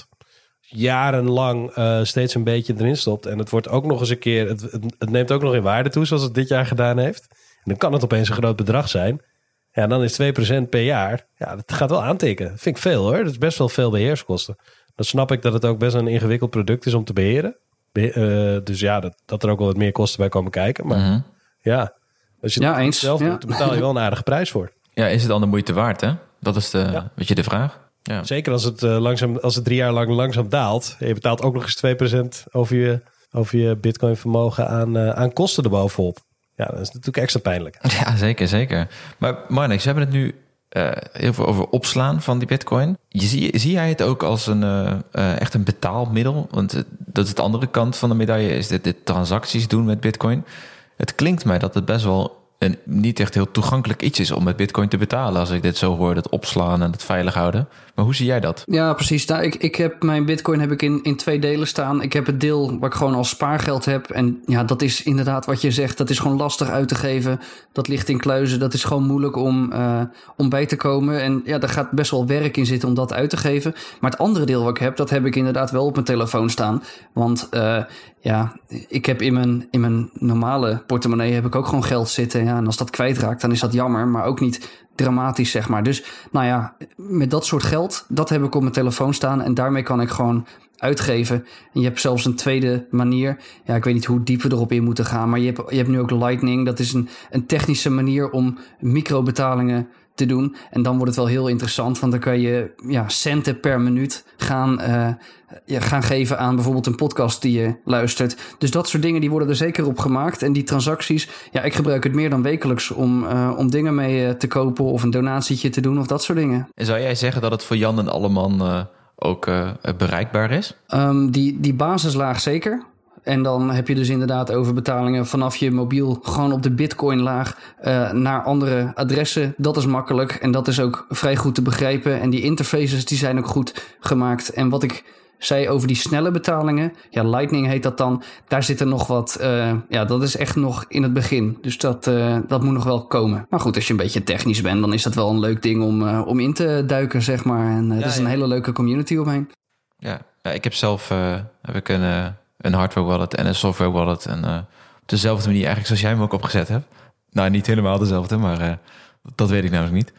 jarenlang uh, steeds een beetje erin stopt. En het wordt ook nog eens een keer, het, het, het neemt ook nog in waarde toe, zoals het dit jaar gedaan heeft. En dan kan het opeens een groot bedrag zijn. Ja, dan is twee procent per jaar. Ja, dat gaat wel aantikken. Dat vind ik veel, hoor. Dat is best wel veel beheerskosten. Dan snap ik dat het ook best een ingewikkeld product is om te beheren. Uh, dus ja, dat, dat er ook wel wat meer kosten bij komen kijken. Maar mm-hmm. ja, als je ja, het eens. zelf ja. doet, dan betaal je wel een aardige prijs voor. Ja, is het dan de moeite waard, hè? Dat is de, ja. weet je, de vraag. Ja. Zeker als het, uh, langzaam, als het drie jaar lang langzaam daalt. Je betaalt ook nog eens twee procent over je, over je bitcoin vermogen aan, uh, aan kosten erbovenop. Ja, dat is natuurlijk extra pijnlijk. Ja, zeker, zeker. Maar Marnix, we hebben het nu uh, heel veel over opslaan van die bitcoin. Je, zie, zie jij het ook als een uh, uh, echt een betaalmiddel? Want uh, dat is de andere kant van de medaille, is dit, dit transacties doen met bitcoin. Het klinkt mij dat het best wel een niet echt heel toegankelijk iets is om met bitcoin te betalen. Als ik dit zo hoor, het opslaan en het veilig houden. Maar hoe zie jij dat? Ja, precies. Nou, ik, ik heb mijn bitcoin heb ik in, in twee delen staan. Ik heb het deel waar ik gewoon als spaargeld heb. En ja, dat is inderdaad wat je zegt. Dat is gewoon lastig uit te geven. Dat ligt in kluizen. Dat is gewoon moeilijk om, uh, om bij te komen. En ja, daar gaat best wel werk in zitten om dat uit te geven. Maar het andere deel wat ik heb, dat heb ik inderdaad wel op mijn telefoon staan. Want uh, ja, ik heb in mijn, in mijn normale portemonnee heb ik ook gewoon geld zitten. Ja, en als dat kwijtraakt, dan is dat jammer. Maar ook niet dramatisch, zeg maar. Dus nou ja, met dat soort geld, dat heb ik op mijn telefoon staan. En daarmee kan ik gewoon uitgeven. En je hebt zelfs een tweede manier. Ja, ik weet niet hoe diep we erop in moeten gaan. Maar je hebt, je hebt nu ook Lightning. Dat is een, een technische manier om microbetalingen te doen. En dan wordt het wel heel interessant. Want dan kan je ja, centen per minuut gaan, uh, ja, gaan geven aan bijvoorbeeld een podcast die je luistert. Dus dat soort dingen die worden er zeker op gemaakt. En die transacties, ja, ik gebruik het meer dan wekelijks om, uh, om dingen mee uh, te kopen of een donatietje te doen of dat soort dingen. En zou jij zeggen dat het voor Jan en Alleman uh, ook uh, bereikbaar is? Um, die, die basislaag zeker. En dan heb je dus inderdaad over betalingen vanaf je mobiel gewoon op de Bitcoin-laag uh, naar andere adressen. Dat is makkelijk en dat is ook vrij goed te begrijpen. En die interfaces die zijn ook goed gemaakt. En wat ik zei over die snelle betalingen, ja, Lightning heet dat dan. Daar zit er nog wat, uh, ja, dat is echt nog in het begin. Dus dat, uh, dat moet nog wel komen. Maar goed, als je een beetje technisch bent, dan is dat wel een leuk ding om, uh, om in te duiken, zeg maar. En uh, ja, er is een ja. hele leuke community omheen. Ja, ja ik heb zelf uh, heb ik een... Uh... een hardware wallet en een software wallet. En uh, op dezelfde manier eigenlijk zoals jij hem ook opgezet hebt. Nou, niet helemaal dezelfde, maar uh, dat weet ik namelijk niet.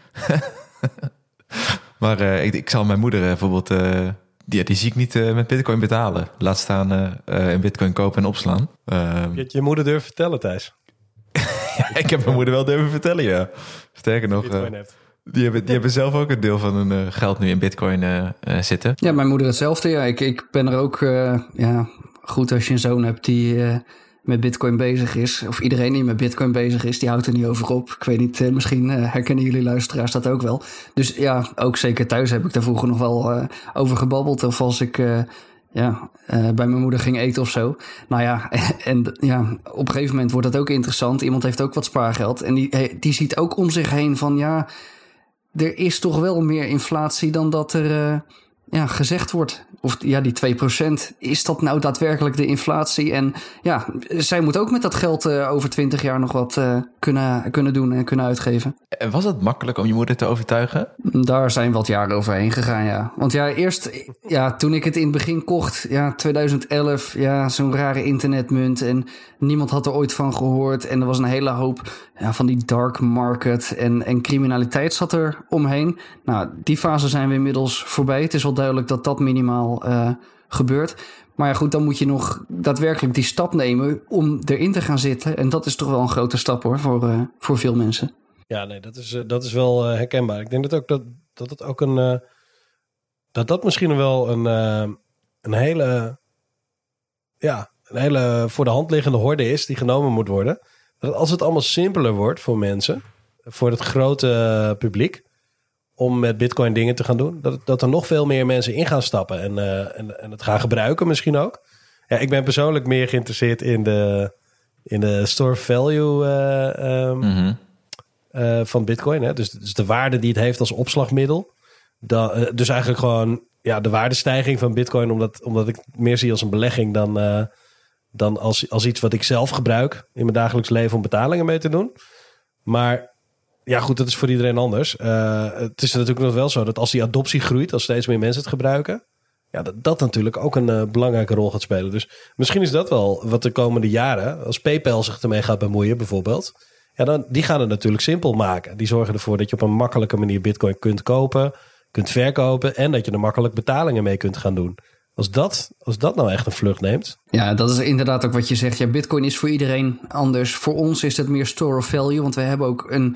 maar uh, ik, ik zal mijn moeder uh, bijvoorbeeld... Uh, die, die zie ik niet uh, met bitcoin betalen. Laat staan uh, uh, in bitcoin kopen en opslaan. Uh, je hebt je moeder durven vertellen, Thijs? Ja, ik heb mijn moeder wel durven vertellen, ja. Sterker nog... Uh, Die hebben, die hebben zelf ook een deel van hun uh, geld nu in bitcoin uh, uh, zitten. Ja, mijn moeder hetzelfde. Ja, ik, ik ben er ook... Uh, ja, goed als je een zoon hebt die uh, met bitcoin bezig is. Of iedereen die met bitcoin bezig is, die houdt er niet over op. Ik weet niet, uh, misschien uh, herkennen jullie luisteraars dat ook wel. Dus ja, ook zeker thuis heb ik daar vroeger nog wel uh, over gebabbeld. Of als ik... Uh, Ja, uh, bij mijn moeder ging eten of zo. Nou ja, en, en ja, op een gegeven moment wordt dat ook interessant. Iemand heeft ook wat spaargeld. En die, die ziet ook om zich heen van... ja, er is toch wel meer inflatie dan dat er uh, ja, gezegd wordt. Of ja, die twee procent, is dat nou daadwerkelijk de inflatie? En ja, zij moet ook met dat geld uh, over twintig jaar nog wat uh, kunnen, kunnen doen en kunnen uitgeven. En was het makkelijk om je moeder te overtuigen? Daar zijn wat jaren overheen gegaan, ja. Want ja, eerst, ja, toen ik het in het begin kocht, ja, twintig elf, ja, zo'n rare internetmunt. En niemand had er ooit van gehoord. En er was een hele hoop ja, van die dark market en, en criminaliteit zat er omheen. Nou, die fase zijn we inmiddels voorbij. Het is wel duidelijk dat dat minimaal Uh, gebeurt. Maar ja, goed, dan moet je nog daadwerkelijk die stap nemen om erin te gaan zitten. En dat is toch wel een grote stap hoor, voor, uh, voor veel mensen. Ja, nee, dat is, uh, dat is wel uh, herkenbaar. Ik denk dat ook dat, dat het ook een uh, dat dat misschien wel een, uh, een hele ja, een hele voor de hand liggende horde is die genomen moet worden. Dat als het allemaal simpeler wordt voor mensen, voor het grote uh, publiek, om met bitcoin dingen te gaan doen. Dat, dat er nog veel meer mensen in gaan stappen. En, uh, en, en het gaan gebruiken misschien ook. Ja, ik ben persoonlijk meer geïnteresseerd in de, in de store value uh, um, mm-hmm. uh, van bitcoin. Hè? Dus, dus de waarde die het heeft als opslagmiddel. Da, uh, dus eigenlijk gewoon ja, de waardestijging van bitcoin. Omdat, omdat ik het meer zie als een belegging dan, uh, dan als, als iets wat ik zelf gebruik in mijn dagelijks leven om betalingen mee te doen. Maar ja, goed, dat is voor iedereen anders. Uh, het is natuurlijk nog wel zo dat als die adoptie groeit, als steeds meer mensen het gebruiken, ja, dat dat natuurlijk ook een uh, belangrijke rol gaat spelen. Dus misschien is dat wel wat de komende jaren, als PayPal zich ermee gaat bemoeien bijvoorbeeld, ja, dan, die gaan het natuurlijk simpel maken. Die zorgen ervoor dat je op een makkelijke manier bitcoin kunt kopen, kunt verkopen en dat je er makkelijk betalingen mee kunt gaan doen. Als dat, als dat nou echt een vlucht neemt. Ja, dat is inderdaad ook wat je zegt. Ja, bitcoin is voor iedereen anders. Voor ons is het meer store of value, want we hebben ook een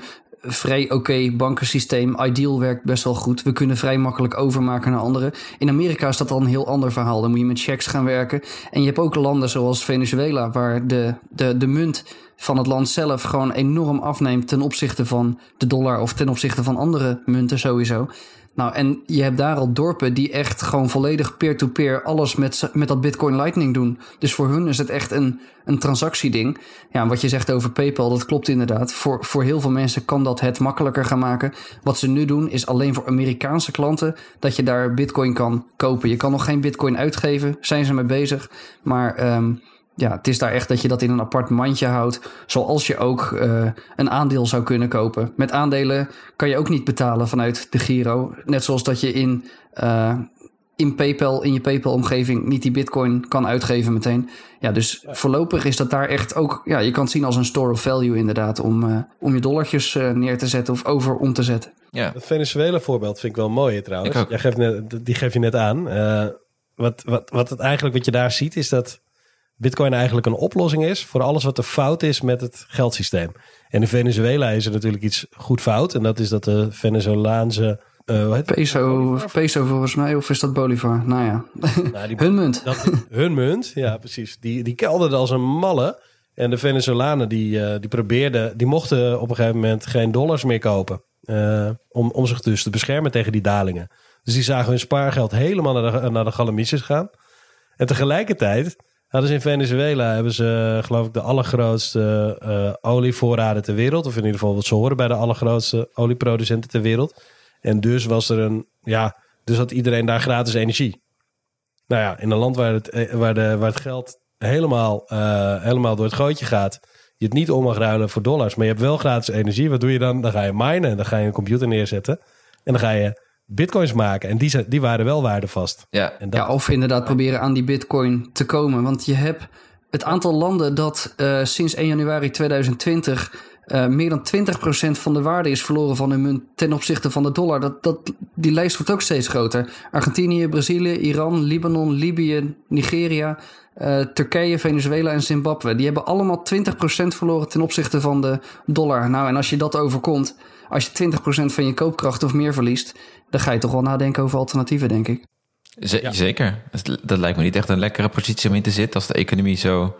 vrij oké okay bankensysteem. Ideal werkt best wel goed. We kunnen vrij makkelijk overmaken naar anderen. In Amerika is dat al een heel ander verhaal. Dan moet je met checks gaan werken. En je hebt ook landen zoals Venezuela, waar de, de, de munt van het land zelf gewoon enorm afneemt ten opzichte van de dollar of ten opzichte van andere munten sowieso. Nou, en je hebt daar al dorpen die echt gewoon volledig peer-to-peer alles met, met dat Bitcoin Lightning doen. Dus voor hun is het echt een, een transactieding. Ja, wat je zegt over PayPal, dat klopt inderdaad. Voor, voor heel veel mensen kan dat het makkelijker gaan maken. Wat ze nu doen is alleen voor Amerikaanse klanten dat je daar Bitcoin kan kopen. Je kan nog geen Bitcoin uitgeven, zijn ze mee bezig. Maar um, ja, het is daar echt dat je dat in een apart mandje houdt. Zoals je ook uh, een aandeel zou kunnen kopen. Met aandelen kan je ook niet betalen vanuit de Giro. Net zoals dat je in, uh, in PayPal, in je PayPal-omgeving niet die Bitcoin kan uitgeven meteen. Ja, dus voorlopig is dat daar echt ook... Ja, je kan het zien als een store of value inderdaad. Om, uh, om je dollartjes uh, neer te zetten of over om te zetten. Ja. Het Venezuela voorbeeld vind ik wel mooi trouwens. Jij geeft net, die geef je net aan. Uh, wat, wat, wat het eigenlijk wat je daar ziet is dat Bitcoin eigenlijk een oplossing is voor alles wat er fout is met het geldsysteem. En in Venezuela is er natuurlijk iets goed fout. En dat is dat de Venezolaanse... Uh, hoe heet peso, peso volgens mij, of is dat Bolivar? Nou ja, nou, die, hun munt. Dat, hun munt, ja precies. Die, die kelderde als een malle. En de Venezolanen die, uh, die probeerden, die mochten op een gegeven moment geen dollars meer kopen. Uh, om, om zich dus te beschermen tegen die dalingen. Dus die zagen hun spaargeld helemaal naar de, naar de galamietjes gaan. En tegelijkertijd hadden ze in Venezuela, hebben ze geloof ik de allergrootste uh, olievoorraden ter wereld. Of in ieder geval wat ze horen bij de allergrootste olieproducenten ter wereld. En dus was er een, ja, dus had iedereen daar gratis energie. Nou ja, in een land waar het, waar de, waar het geld helemaal, uh, helemaal door het gootje gaat, je het niet om mag ruilen voor dollars, maar je hebt wel gratis energie. Wat doe je dan? Dan ga je minen en dan ga je een computer neerzetten en dan ga je bitcoins maken. En die, die waren wel waardevast. Ja. En dat, ja, of inderdaad proberen aan die bitcoin te komen. Want je hebt het aantal landen dat uh, sinds één januari tweeduizend twintig... Uh, meer dan twintig procent van de waarde is verloren van hun munt ten opzichte van de dollar. Dat, dat, die lijst wordt ook steeds groter. Argentinië, Brazilië, Iran, Libanon, Libië, Nigeria, uh, Turkije, Venezuela en Zimbabwe. Die hebben allemaal twintig procent verloren ten opzichte van de dollar. Nou, en als je dat overkomt, als je twintig procent van je koopkracht of meer verliest, dan ga je toch wel nadenken over alternatieven, denk ik. Z- ja. Zeker. Dat lijkt me niet echt een lekkere positie om in te zitten als de economie zo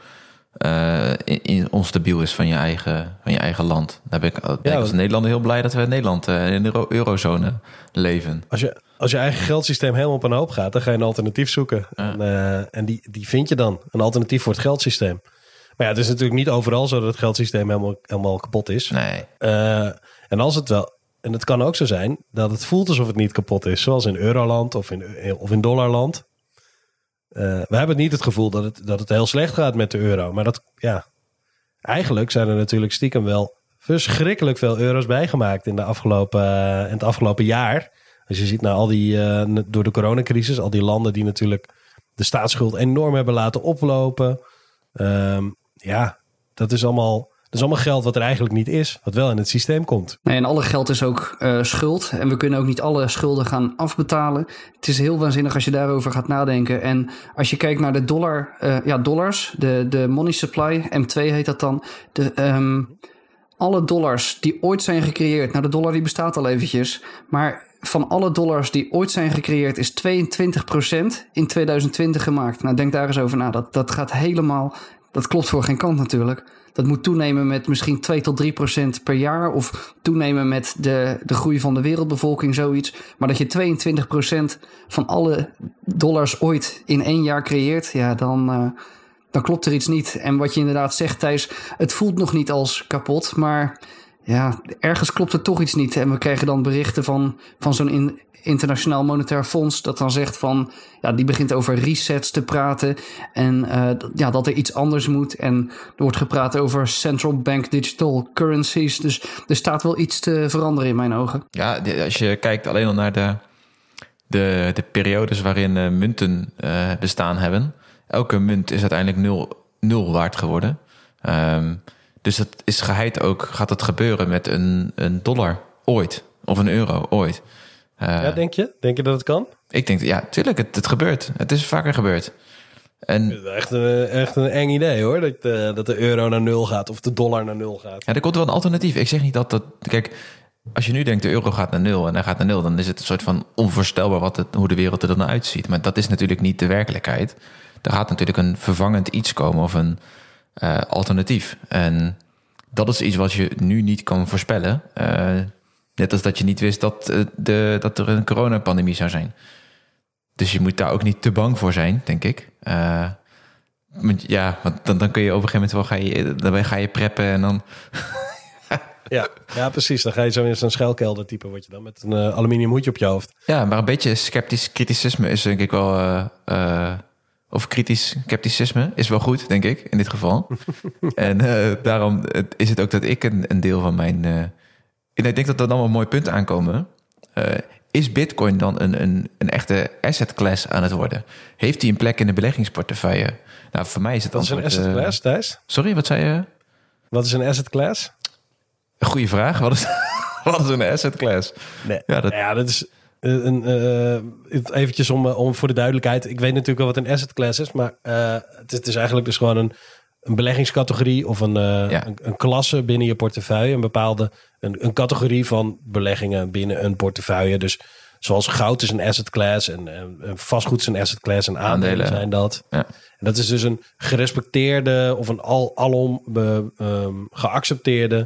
Uh, in, in onstabiel is van je eigen, van je eigen land. Daar ben ik, ben ja, ik als Nederlander heel blij dat we in Nederland uh, in de euro- eurozone leven. Als je, als je eigen geldsysteem helemaal op een hoop gaat, dan ga je een alternatief zoeken. Ja. En, uh, en die, die vind je dan. Een alternatief voor het geldsysteem. Maar ja, het is natuurlijk niet overal zo dat het geldsysteem helemaal, helemaal kapot is. Nee. Uh, en als het wel... En het kan ook zo zijn dat het voelt alsof het niet kapot is. Zoals in euroland of in, of in dollarland. Uh, we hebben niet het gevoel dat het, dat het heel slecht gaat met de euro. Maar dat, ja, eigenlijk zijn er natuurlijk stiekem wel verschrikkelijk veel euro's bijgemaakt in, de afgelopen, uh, in het afgelopen jaar. Als je ziet naar al die, uh, door de coronacrisis, al die landen die natuurlijk de staatsschuld enorm hebben laten oplopen. Um, ja, dat is allemaal... Dat is allemaal geld wat er eigenlijk niet is, wat wel in het systeem komt. Nee, en alle geld is ook uh, schuld. En we kunnen ook niet alle schulden gaan afbetalen. Het is heel waanzinnig als je daarover gaat nadenken. En als je kijkt naar de dollar, uh, ja, dollars, de, de money supply, M twee heet dat dan. De, um, alle dollars die ooit zijn gecreëerd, nou de dollar die bestaat al eventjes, maar van alle dollars die ooit zijn gecreëerd is tweeëntwintig procent in tweeduizend twintig gemaakt. Nou, denk daar eens over na. Dat, dat gaat helemaal, dat klopt voor geen kant natuurlijk. Dat moet toenemen met misschien twee tot drie procent per jaar. Of toenemen met de, de groei van de wereldbevolking, zoiets. Maar dat je tweeëntwintig procent van alle dollars ooit in één jaar creëert, ja, dan, uh, dan klopt er iets niet. En wat je inderdaad zegt, Thijs, het voelt nog niet als kapot. Maar ja, ergens klopt er toch iets niet. En we krijgen dan berichten van, van zo'n in, Internationaal Monetair Fonds dat dan zegt van, ja, die begint over resets te praten en uh, ja, dat er iets anders moet. En er wordt gepraat over central bank digital currencies. Dus er staat wel iets te veranderen in mijn ogen. Ja, als je kijkt alleen al naar de, de, de periodes waarin uh, munten uh, bestaan hebben. Elke munt is uiteindelijk nul, nul waard geworden. Um, dus dat is geheid ook, gaat het gebeuren met een, een dollar ooit of een euro ooit. Uh, ja, denk je? Denk je dat het kan? Ik denk, ja, tuurlijk, het, het gebeurt. Het is vaker gebeurd. En Echt een, echt een eng idee hoor, dat, uh, dat de euro naar nul gaat of de dollar naar nul gaat. ja, er komt wel een alternatief. Ik zeg niet dat dat... Kijk, als je nu denkt de euro gaat naar nul en hij gaat naar nul... dan is het een soort van onvoorstelbaar wat het, hoe de wereld er dan uitziet. Maar dat is natuurlijk niet de werkelijkheid. Er gaat natuurlijk een vervangend iets komen of een uh, alternatief. En dat is iets wat je nu niet kan voorspellen. Uh, net als dat je niet wist dat, uh, de, dat er een coronapandemie zou zijn. Dus je moet daar ook niet te bang voor zijn, denk ik. Uh, ja, want dan, dan kun je op een gegeven moment wel ga je, dan ga je preppen en dan... ja, ja, precies. Dan ga je zo in zo'n schuilkelder typen, word je dan met een uh, aluminium hoedje op je hoofd. Ja, maar een beetje sceptisch kriticisme is denk ik wel... Uh, uh, of kritisch scepticisme is wel goed, denk ik, in dit geval. en uh, daarom is het ook dat ik een, een deel van mijn... Uh, en ik denk dat er dan wel een mooi punt aankomen... Uh, Is Bitcoin dan een, een, een echte asset class aan het worden? Heeft hij een plek in de beleggingsportefeuille? Nou, voor mij is het Wat is een antwoord, asset class, Thijs? Sorry, wat zei je? Wat is een asset class? Goeie vraag. Wat is, wat is een asset class? Nee. Ja, dat... ja, dat is een... Uh, eventjes om, om voor de duidelijkheid. Ik weet natuurlijk wel wat een asset class is, maar uh, het, is, het is eigenlijk dus gewoon een, een beleggingscategorie of een, uh, ja. een, een klasse binnen je portefeuille. Een bepaalde een, een categorie van beleggingen binnen een portefeuille. Dus zoals goud is een asset class en, en, en vastgoed is een asset class en aandelen, aandelen. zijn dat. Ja. En dat is dus een gerespecteerde of een al, alom be, um, geaccepteerde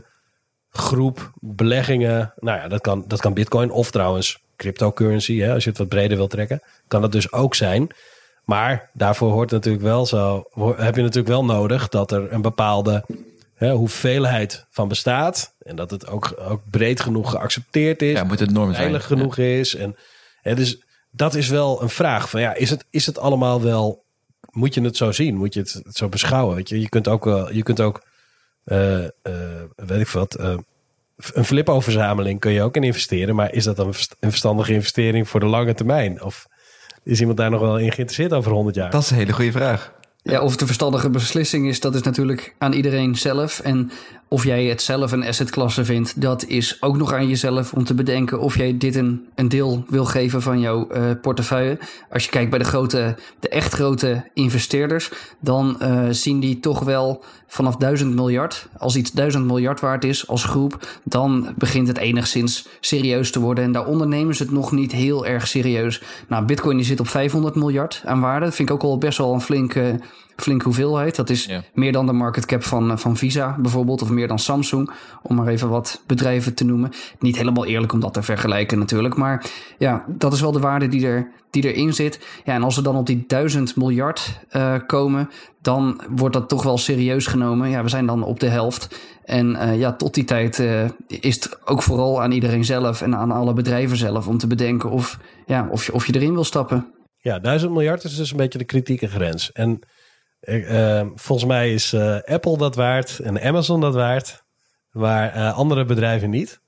groep beleggingen. Nou ja, dat kan, dat kan Bitcoin of trouwens cryptocurrency. Hè, als je het wat breder wilt trekken, kan dat dus ook zijn. Maar daarvoor hoort natuurlijk wel zo, heb je natuurlijk wel nodig dat er een bepaalde hè, hoeveelheid van bestaat. En dat het ook, ook breed genoeg geaccepteerd is. Ja, moet het norm zijn. Veilig genoeg ja. is. En, hè, dus dat is wel een vraag. Van, ja, is, het, is het allemaal wel... Moet je het zo zien? Moet je het, het zo beschouwen? Weet je, je kunt ook, uh, je kunt ook uh, uh, weet ik wat... Uh, een Flippo-verzameling kun je ook in investeren. Maar is dat dan een verstandige investering voor de lange termijn? Of is iemand daar nog wel in geïnteresseerd over honderd jaar? Dat is een hele goede vraag. Ja, of het een verstandige beslissing is, dat is natuurlijk aan iedereen zelf. En of jij het zelf een assetklasse vindt, dat is ook nog aan jezelf om te bedenken of jij dit een, een deel wil geven van jouw uh, portefeuille. Als je kijkt bij de grote, de echt grote investeerders, dan uh, zien die toch wel vanaf duizend miljard. Als iets duizend miljard waard is als groep, dan begint het enigszins serieus te worden. En daaronder nemen ze het nog niet heel erg serieus. Nou, Bitcoin die zit op vijfhonderd miljard aan waarde. Dat vind ik ook al best wel een flinke... flinke hoeveelheid. Dat is ja. meer dan de market cap van, van Visa bijvoorbeeld, of meer dan Samsung, om maar even wat bedrijven te noemen. Niet helemaal eerlijk om dat te vergelijken natuurlijk, maar ja, dat is wel de waarde die, er, die erin zit. Ja, en als we dan op die duizend miljard uh, komen, dan wordt dat toch wel serieus genomen. Ja, we zijn dan op de helft. En uh, ja, tot die tijd uh, is het ook vooral aan iedereen zelf en aan alle bedrijven zelf om te bedenken of, ja, of, je, of je erin wil stappen. Ja, duizend miljard is dus een beetje de kritieke grens. En Uh, volgens mij is uh, Apple dat waard en Amazon dat waard, maar uh, andere bedrijven niet.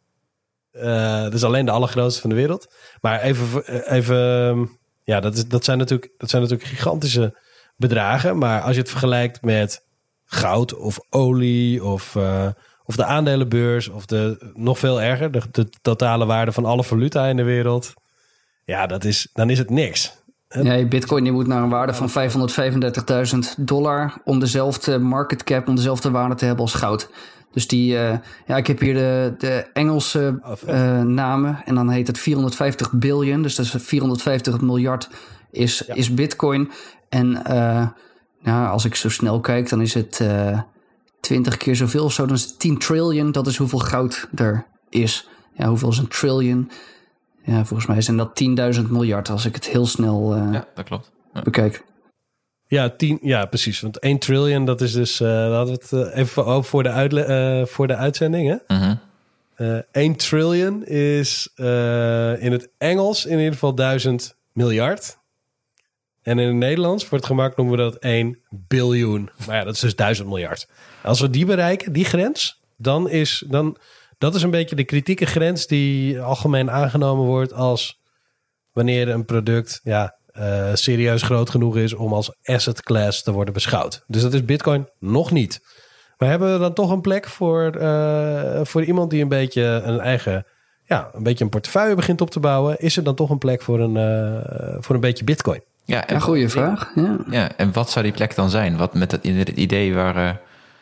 Uh, dus alleen de allergrootste van de wereld. Maar even, even ja, dat, is, dat, zijn natuurlijk, dat zijn natuurlijk gigantische bedragen. Maar als je het vergelijkt met goud of olie of, uh, of de aandelenbeurs of de nog veel erger, de, de totale waarde van alle valuta in de wereld. Ja, dat is, dan is het niks. Ja, Bitcoin die moet naar een waarde van vijfhonderdvijfendertigduizend dollar om dezelfde market cap, om dezelfde waarde te hebben als goud. Dus die, uh, ja, ik heb hier de, de Engelse uh, namen en dan heet het vierhonderdvijftig biljoen. Dus dat is vierhonderdvijftig miljard is, ja. is Bitcoin. En uh, nou, als ik zo snel kijk, dan is het uh, twintig keer zoveel of zo. Dan is het tien triljoen, dat is hoeveel goud er is. Ja, hoeveel is een triljoen? Ja, volgens mij zijn dat tienduizend miljard als ik het heel snel uh, ja, dat klopt. Ja. bekijk. Ja, tien, ja, precies. Want één triljoen, dat is dus... Uh, we hadden het uh, even over voor de, uitle- uh, voor de uitzending, hè? Mm-hmm. Uh, één triljoen is uh, in het Engels in ieder geval duizend miljard. En in het Nederlands, voor het gemak, noemen we dat één biljoen. Maar ja, dat is dus duizend miljard. Als we die bereiken, die grens, dan is... dan dat is een beetje de kritieke grens die algemeen aangenomen wordt als wanneer een product ja, uh, serieus groot genoeg is om als asset class te worden beschouwd. Dus dat is Bitcoin nog niet. Maar hebben we dan toch een plek voor, uh, voor iemand die een beetje een eigen, ja, een beetje een portefeuille begint op te bouwen? Is er dan toch een plek voor een, uh, voor een beetje Bitcoin? Ja, en, ja, goeie vraag. Ja. ja, en wat zou die plek dan zijn? Wat met het, het idee waar... Uh,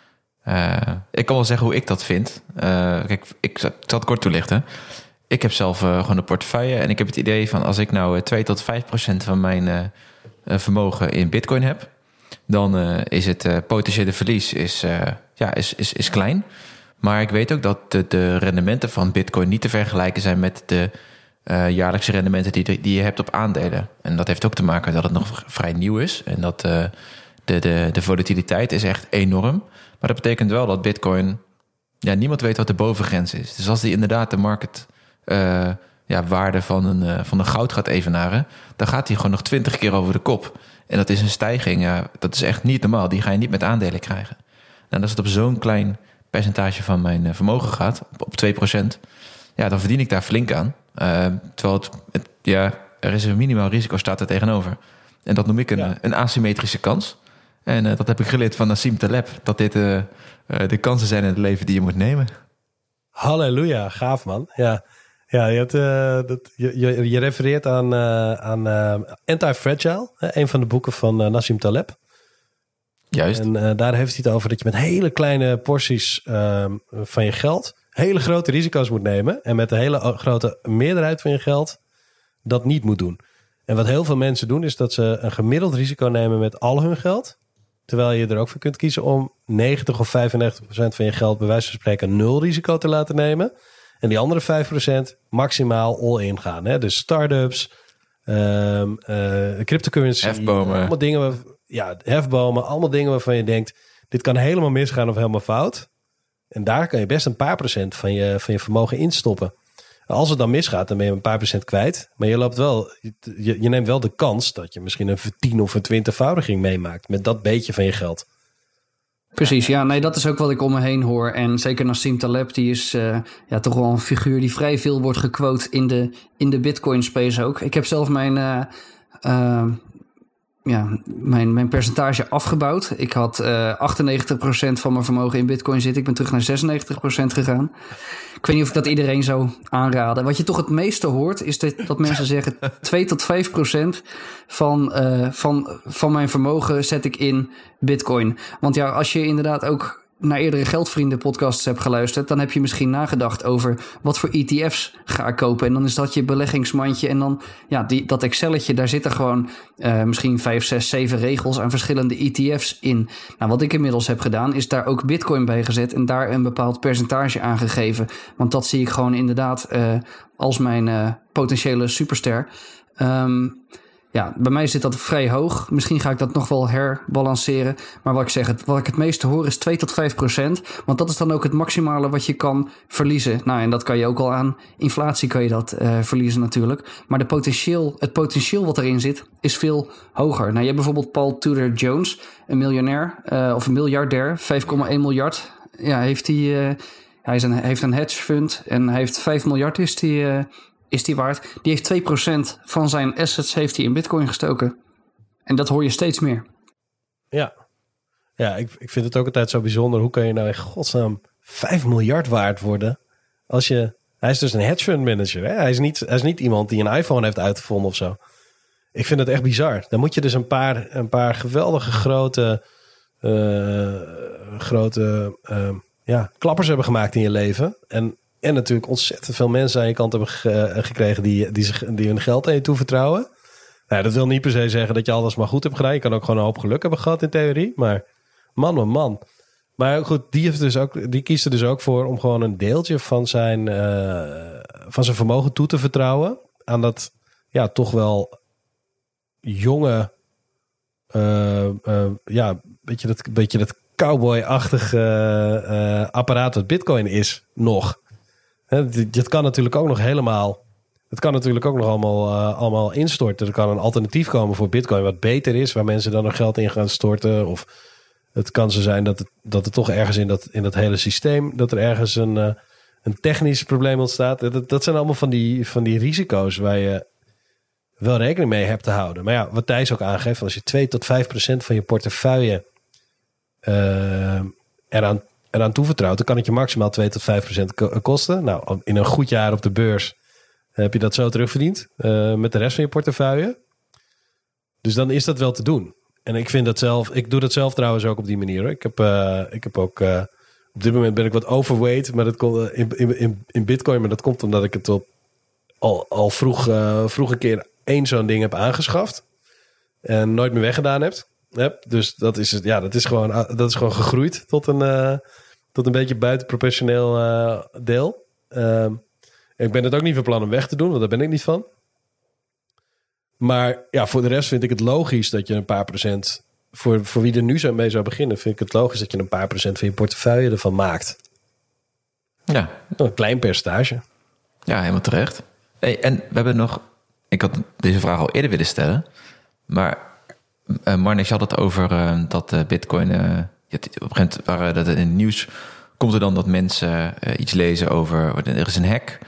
uh, ik kan wel zeggen hoe ik dat vind. Uh, kijk, ik zal het kort toelichten. Ik heb zelf uh, gewoon een portefeuille en ik heb het idee van... als ik nou twee tot vijf procent van mijn uh, vermogen in bitcoin heb... dan uh, is het uh, potentiële verlies is, uh, ja, is, is, is klein. Maar ik weet ook dat de, de rendementen van bitcoin niet te vergelijken zijn... met de uh, jaarlijkse rendementen die, die je hebt op aandelen. En dat heeft ook te maken dat het nog vrij nieuw is. En dat uh, de, de, de volatiliteit is echt enorm. Maar dat betekent wel dat bitcoin... ja, niemand weet wat de bovengrens is. Dus als die inderdaad de market... Uh, ja, waarde van een, uh, van een goud gaat evenaren... dan gaat die gewoon nog twintig keer over de kop. En dat is een stijging, ja, dat is echt niet normaal. Die ga je niet met aandelen krijgen. En als het op zo'n klein percentage van mijn uh, vermogen gaat... op, op twee procent, ja, dan verdien ik daar flink aan. Uh, terwijl het, het, ja, er is een minimaal risico staat er tegenover. En dat noem ik een, ja. een asymmetrische kans. En uh, dat heb ik geleerd van Nassim Taleb... dat dit uh, uh, de kansen zijn in het leven die je moet nemen. Halleluja, gaaf man, ja... Ja, je, hebt, uh, dat, je, je, je refereert aan, uh, aan uh, Anti-Fragile, hè, een van de boeken van uh, Nassim Taleb. Juist. En uh, daar heeft hij het over dat je met hele kleine porties uh, van je geld hele grote risico's moet nemen. En met een hele grote meerderheid van je geld dat niet moet doen. En wat heel veel mensen doen is dat ze een gemiddeld risico nemen met al hun geld. Terwijl je er ook voor kunt kiezen om negentig of vijfennegentig procent van je geld bij wijze van spreken nul risico te laten nemen. En die andere vijf procent maximaal all-in gaan. Hè? Dus start-ups, um, uh, cryptocurrency. Hefbomen. Allemaal dingen, waar, ja, hefbomen. Allemaal dingen waarvan je denkt... dit kan helemaal misgaan of helemaal fout. En daar kan je best een paar procent van je, van je vermogen instoppen. Als het dan misgaat, dan ben je een paar procent kwijt. Maar je loopt wel, je, je neemt wel de kans... dat je misschien een tien of een twintigvoudiging meemaakt... met dat beetje van je geld. Precies, ja, nee, dat is ook wat ik om me heen hoor. En zeker Nassim Taleb, die is uh, ja, toch wel een figuur die vrij veel wordt gequote in de, in de Bitcoin space ook. Ik heb zelf mijn, uh, uh, ja, mijn, mijn percentage afgebouwd. Ik had uh, achtennegentig procent van mijn vermogen in Bitcoin zitten. Ik ben terug naar zesennegentig procent gegaan. Ik weet niet of ik dat iedereen zou aanraden. Wat je toch het meeste hoort, is dat, dat mensen zeggen... twee tot vijf procent van, uh, van, van mijn vermogen zet ik in Bitcoin. Want ja, als je inderdaad ook naar eerdere Geldvrienden podcasts hebt geluisterd... dan heb je misschien nagedacht over wat voor E T F's ga ik kopen. En dan is dat je beleggingsmandje. En dan, ja, die, dat Excelletje, daar zitten gewoon uh, misschien vijf, zes, zeven regels aan verschillende E T F's in. Nou, wat ik inmiddels heb gedaan, is daar ook Bitcoin bij gezet... en daar een bepaald percentage aan gegeven. Want dat zie ik gewoon inderdaad uh, als mijn uh, potentiële superster. Um, Ja, bij mij zit dat vrij hoog. Misschien ga ik dat nog wel herbalanceren. Maar wat ik zeg, het, wat ik het meeste hoor is twee tot vijf procent. Want dat is dan ook het maximale wat je kan verliezen. Nou, en dat kan je ook al aan inflatie kan je dat uh, verliezen natuurlijk. Maar de potentieel, het potentieel wat erin zit is veel hoger. Nou, je hebt bijvoorbeeld Paul Tudor Jones, een miljonair uh, of een miljardair, vijf komma één miljard. Ja, heeft hij, uh, hij is een, heeft een hedge fund en hij heeft vijf miljard is die... Uh, is die waard. Die heeft twee procent van zijn assets heeft hij in Bitcoin gestoken. En dat hoor je steeds meer. Ja, ja ik, ik vind het ook altijd zo bijzonder. Hoe kan je nou in godsnaam vijf miljard waard worden? Als je, hij is dus een hedge fund manager. Hè? Hij, is niet, hij is niet iemand die een iPhone heeft uitgevonden of zo. Ik vind het echt bizar. Dan moet je dus een paar, een paar geweldige grote, uh, grote uh, ja, klappers hebben gemaakt in je leven. En En natuurlijk ontzettend veel mensen aan je kant hebben ge- gekregen die, die, zich, die hun geld aan je toevertrouwen. Nou, dat wil niet per se zeggen dat je alles maar goed hebt gedaan. Je kan ook gewoon een hoop geluk hebben gehad in theorie. Maar man, man, man. Maar goed, die, heeft dus ook, die kiest er dus ook voor om gewoon een deeltje van zijn, uh, van zijn vermogen toe te vertrouwen. Aan dat ja, toch wel jonge, uh, uh, ja, beetje dat, beetje dat cowboy-achtige uh, apparaat wat Bitcoin is nog. Het kan natuurlijk ook nog helemaal... Het kan natuurlijk ook nog allemaal, uh, allemaal instorten. Er kan een alternatief komen voor Bitcoin wat beter is... waar mensen dan nog geld in gaan storten. Of het kan zo zijn dat het, dat het toch ergens in dat, in dat hele systeem... dat er ergens een, uh, een technisch probleem ontstaat. Dat, dat zijn allemaal van die, van die risico's... waar je wel rekening mee hebt te houden. Maar ja, wat Thijs ook aangeeft... als je twee tot vijf procent van je portefeuille uh, eraan... eraan toevertrouwt, dan kan het je maximaal twee tot vijf procent kosten. Nou, in een goed jaar op de beurs heb je dat zo terugverdiend uh, met de rest van je portefeuille. Dus dan is dat wel te doen. En ik vind dat zelf, ik doe dat zelf trouwens ook op die manier. Hoor. Ik heb, uh, ik heb ook, uh, op dit moment ben ik wat overweight, maar dat komt uh, in, in, in Bitcoin, maar dat komt omdat ik het op, al, al vroeg, uh, vroeg een keer één zo'n ding heb aangeschaft en nooit meer weggedaan heb. heb. Dus dat is het, ja, dat is gewoon, dat is gewoon gegroeid tot een, uh, tot een beetje buitenprofessioneel uh, deel. Uh, ik ben het ook niet van plan om weg te doen, want daar ben ik niet van. Maar ja, voor de rest vind ik het logisch dat je een paar procent... Voor, voor wie er nu zo mee zou beginnen, vind ik het logisch dat je een paar procent van je portefeuille ervan maakt. Ja. Een klein percentage. Ja, helemaal terecht. Hey, en we hebben nog... Ik had deze vraag al eerder willen stellen. Maar uh, Marnix had het over uh, dat uh, Bitcoin... Uh, op een gegeven moment waren dat in het nieuws... Komt er dan dat mensen uh, iets lezen over... Er is een hack...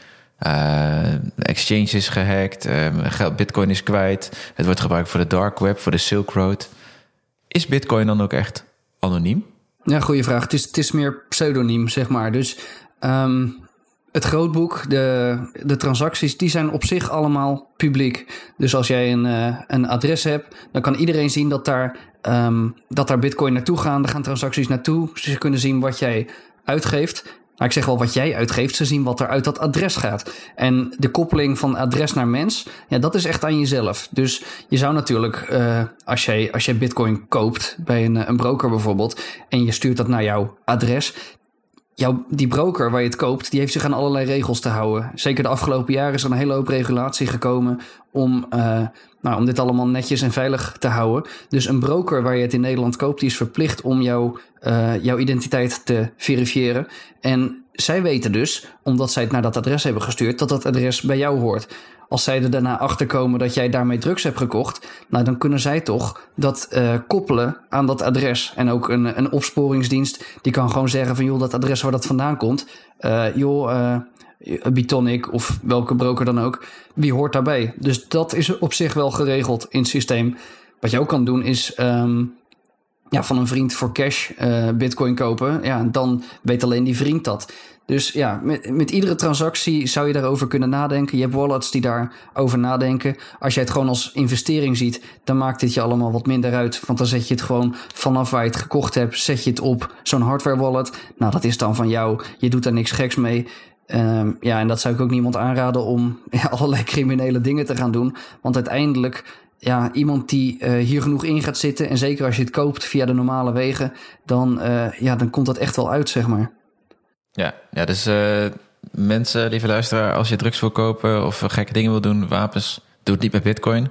Uh, exchange is gehackt, uh, Bitcoin is kwijt. Het wordt gebruikt voor de dark web, voor de Silk Road. Is Bitcoin dan ook echt anoniem? Ja, goede vraag. Het is, het is meer pseudoniem, zeg maar. Dus um, het grootboek, de, de transacties, die zijn op zich allemaal publiek. Dus als jij een, uh, een adres hebt, dan kan iedereen zien dat daar, um, dat daar Bitcoin naartoe gaan. Er gaan transacties naartoe. Ze kunnen zien wat jij uitgeeft. Nou, ik zeg wel wat jij uitgeeft, ze zien wat er uit dat adres gaat. En de koppeling van adres naar mens, ja, dat is echt aan jezelf. Dus je zou natuurlijk, uh, als jij, als jij Bitcoin koopt bij een, een broker bijvoorbeeld, en je stuurt dat naar jouw adres, jouw, die broker waar je het koopt, die heeft zich aan allerlei regels te houden. Zeker de afgelopen jaren is er een hele hoop regulatie gekomen om, uh, nou, om dit allemaal netjes en veilig te houden. Dus een broker waar je het in Nederland koopt, die is verplicht om jou, uh, jouw identiteit te verifiëren. En zij weten dus, omdat zij het naar dat adres hebben gestuurd, dat dat adres bij jou hoort. Als zij er daarna achter komen dat jij daarmee drugs hebt gekocht, nou, dan kunnen zij toch dat uh, koppelen aan dat adres. En ook een, een opsporingsdienst, die kan gewoon zeggen van, joh, dat adres waar dat vandaan komt, uh, joh, uh, Bitonic of welke broker dan ook, wie hoort daarbij? Dus dat is op zich wel geregeld in het systeem. Wat je ook kan doen is um, ja, van een vriend voor cash uh, Bitcoin kopen. Ja, dan weet alleen die vriend dat. Dus ja, met, met iedere transactie zou je daarover kunnen nadenken. Je hebt wallets die daarover nadenken. Als jij het gewoon als investering ziet, dan maakt dit je allemaal wat minder uit. Want dan zet je het gewoon vanaf waar je het gekocht hebt, zet je het op zo'n hardware wallet. Nou, dat is dan van jou. Je doet daar niks geks mee. Um, ja, en dat zou ik ook niemand aanraden om ja, allerlei criminele dingen te gaan doen. Want uiteindelijk, ja, iemand die uh, hier genoeg in gaat zitten, en zeker als je het koopt via de normale wegen, dan, uh, ja, dan komt dat echt wel uit, zeg maar. Ja, ja, dus uh, mensen, lieve luisteraar, als je drugs wil kopen of gekke dingen wil doen, wapens, doe het niet met Bitcoin.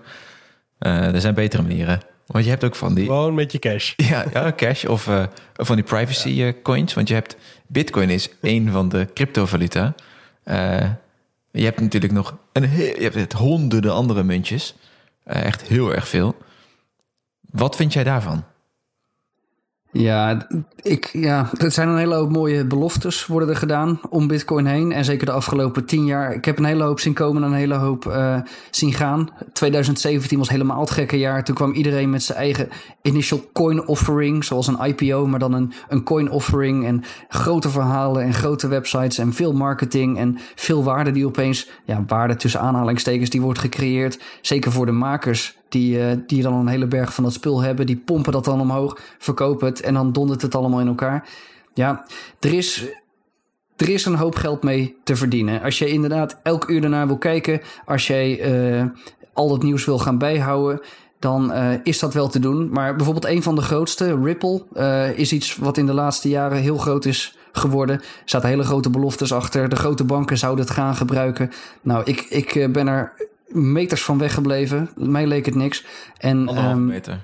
Uh, er zijn betere manieren. Want je hebt ook van die... Gewoon met je cash. Ja, ja cash of uh, van die privacy ja. coins. Want je hebt... Bitcoin is één van de cryptovaluta. Uh, je hebt natuurlijk nog een heel, je hebt het honderden andere muntjes. Uh, echt heel erg veel. Wat vind jij daarvan? Ja, ik, ja, er zijn een hele hoop mooie beloftes worden er gedaan om Bitcoin heen. En zeker de afgelopen tien jaar. Ik heb een hele hoop zien komen en een hele hoop uh, zien gaan. twintig zeventien was helemaal het gekke jaar. Toen kwam iedereen met zijn eigen initial coin offering. Zoals een I P O, maar dan een, een coin offering. En grote verhalen en grote websites en veel marketing. En veel waarde die opeens, ja, waarde tussen aanhalingstekens, die wordt gecreëerd. Zeker voor de makers. Die, uh, die dan een hele berg van dat spul hebben. Die pompen dat dan omhoog, verkopen het en dan dondert het allemaal in elkaar. Ja, er is, er is een hoop geld mee te verdienen. Als je inderdaad elk uur ernaar wil kijken, als jij uh, al dat nieuws wil gaan bijhouden, dan uh, is dat wel te doen. Maar bijvoorbeeld een van de grootste, Ripple, uh, is iets wat in de laatste jaren heel groot is geworden. Er zaten hele grote beloftes achter. De grote banken zouden het gaan gebruiken. Nou, ik, ik uh, ben er meters van weggebleven. Mij leek het niks. En, Anderhalve um, meter.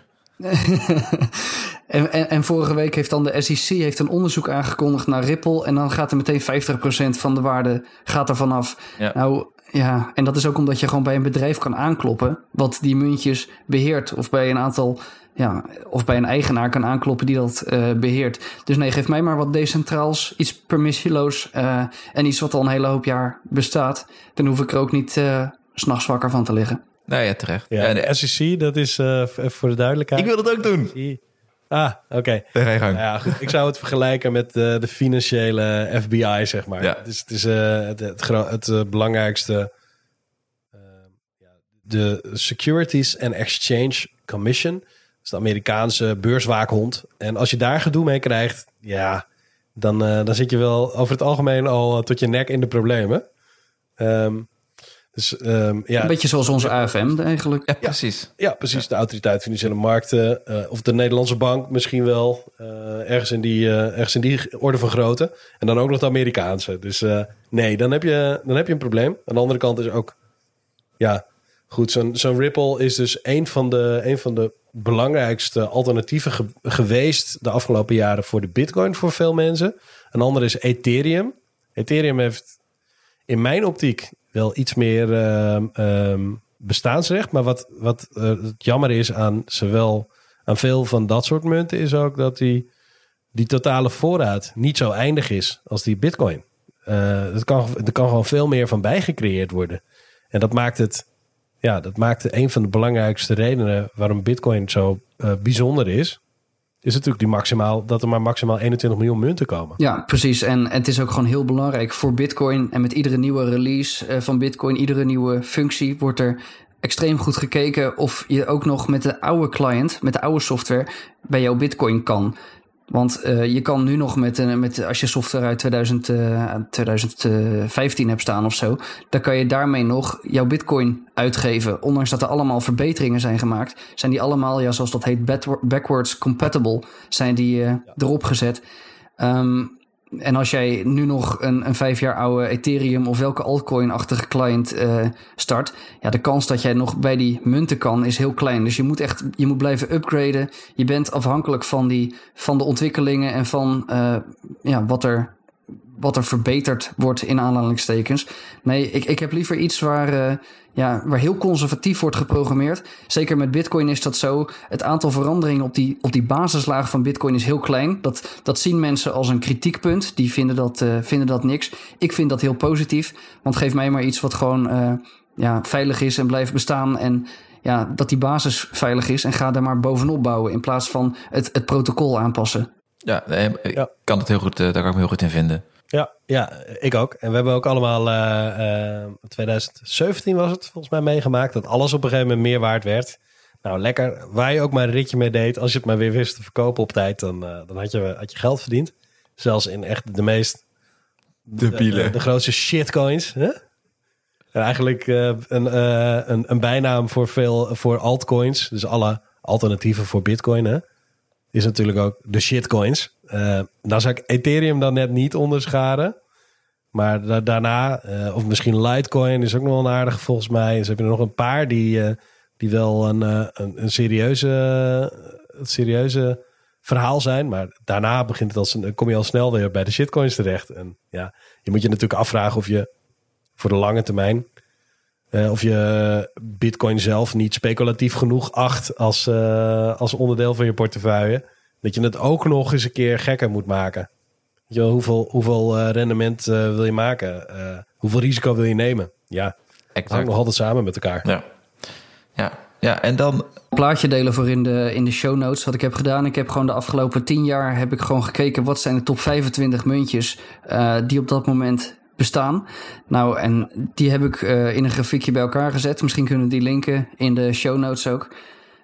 en, en, en vorige week heeft dan de S E C heeft een onderzoek aangekondigd naar Ripple. En dan gaat er meteen vijftig procent van de waarde gaat er vanaf. Ja. Nou ja, en dat is ook omdat je gewoon bij een bedrijf kan aankloppen wat die muntjes beheert. Of bij een aantal, ja, of bij een eigenaar kan aankloppen die dat uh, beheert. Dus nee, geef mij maar wat decentraals, iets permissieloos uh, en iets wat al een hele hoop jaar bestaat. Dan hoef ik er ook niet uh, 's nachts wakker van te liggen. Nou ja, terecht. Ja, de S E C, dat is uh, even voor de duidelijkheid. Ik wil dat ook doen. Ah, oké. Okay. Daar ga je gang. Ja, goed. Ik zou het vergelijken met uh, de financiële F B I, zeg maar. Ja. Het is, het, is uh, het, het, het, het uh, belangrijkste... Uh, ja, de Securities and Exchange Commission. Dat is de Amerikaanse beurswaakhond. En als je daar gedoe mee krijgt, ja, dan, uh, dan zit je wel over het algemeen al tot je nek in de problemen. Um, dus, um, ja. Een beetje zoals onze A F M eigenlijk. Ja, precies. Ja, precies. Ja. De Autoriteit Financiële Markten. Uh, of de Nederlandse Bank misschien wel. Uh, ergens, in die, uh, ergens in die orde van grootte. En dan ook nog de Amerikaanse. Dus uh, nee, dan heb, je, dan heb je een probleem. Aan de andere kant is ook... Ja, goed. Zo'n, zo'n Ripple is dus een van de, een van de belangrijkste alternatieven ge- geweest... de afgelopen jaren voor de Bitcoin voor veel mensen. Een ander is Ethereum. Ethereum heeft in mijn optiek... wel iets meer uh, um, bestaansrecht. Maar wat, wat uh, het jammer is aan zowel aan veel van dat soort munten... is ook dat die, die totale voorraad niet zo eindig is als die Bitcoin. Uh, dat kan, er kan gewoon veel meer van bijgecreëerd worden. En dat maakt het, ja, dat maakt het een van de belangrijkste redenen... waarom Bitcoin zo uh, bijzonder is... is natuurlijk die maximaal, dat er maar maximaal eenentwintig miljoen munten komen. Ja, precies. En het is ook gewoon heel belangrijk voor Bitcoin. En met iedere nieuwe release van Bitcoin, iedere nieuwe functie... wordt er extreem goed gekeken of je ook nog met de oude client... met de oude software bij jouw Bitcoin kan. Want uh, je kan nu nog met, uh, met als je software uit tweeduizend, uh, tweeduizend vijftien hebt staan of zo... dan kan je daarmee nog jouw Bitcoin uitgeven. Ondanks dat er allemaal verbeteringen zijn gemaakt... zijn die allemaal, ja, zoals dat heet, backwards compatible... zijn die uh, erop gezet. Um, en als jij nu nog een, een vijf jaar oude Ethereum... of welke altcoin-achtige client uh, start... ja, de kans dat jij nog bij die munten kan is heel klein. Dus je moet echt je moet blijven upgraden. Je bent afhankelijk van, die, van de ontwikkelingen... en van uh, ja, wat er... wat er verbeterd wordt in aanhalingstekens. Nee, ik, ik heb liever iets waar, uh, ja, waar heel conservatief wordt geprogrammeerd. Zeker met Bitcoin is dat zo. Het aantal veranderingen op die, op die basislaag van Bitcoin is heel klein. Dat, dat zien mensen als een kritiekpunt. Die vinden dat, uh, vinden dat niks. Ik vind dat heel positief. Want geef mij maar iets wat gewoon uh, ja, veilig is en blijft bestaan. En ja, dat die basis veilig is. En ga daar maar bovenop bouwen. In plaats van het, het protocol aanpassen. Ja, ik ja. kan het heel goed, daar kan ik me heel goed in vinden. Ja, ja, ik ook. En we hebben ook allemaal uh, uh, twintig zeventien was het volgens mij meegemaakt... dat alles op een gegeven moment meer waard werd. Nou, lekker. Waar je ook maar een ritje mee deed... als je het maar weer wist te verkopen op tijd... dan, uh, dan had, je, had je geld verdiend. Zelfs in echt de meest... Debiele. De, de, de grootste shitcoins. Hè? En eigenlijk uh, een, uh, een, een bijnaam voor veel voor altcoins. Dus alle alternatieven voor Bitcoin, hè? Is natuurlijk ook de shitcoins. Uh, dan zou ik Ethereum dan net niet onderscharen. Maar da- daarna, uh, of misschien Litecoin is ook nog een aardige volgens mij. Dus heb je er nog een paar die, uh, die wel een, uh, een, een serieuze, uh, een serieuze verhaal zijn. Maar daarna begint het als een, kom je al snel weer bij de shitcoins terecht. En ja, je moet je natuurlijk afvragen of je voor de lange termijn... Uh, of je Bitcoin zelf niet speculatief genoeg acht als, uh, als onderdeel van je portefeuille. Dat je het ook nog eens een keer gekker moet maken. Weet je wel, hoeveel, hoeveel uh, rendement uh, wil je maken? Uh, hoeveel risico wil je nemen? Ja, het hangt nog altijd samen met elkaar. Ja, ja. ja en dan... plaatje delen voor in de, in de show notes wat ik heb gedaan. Ik heb gewoon de afgelopen tien jaar heb ik gewoon gekeken... wat zijn de top vijfentwintig muntjes uh, die op dat moment... bestaan. Nou, en die heb ik uh, in een grafiekje bij elkaar gezet. Misschien kunnen we die linken in de show notes ook.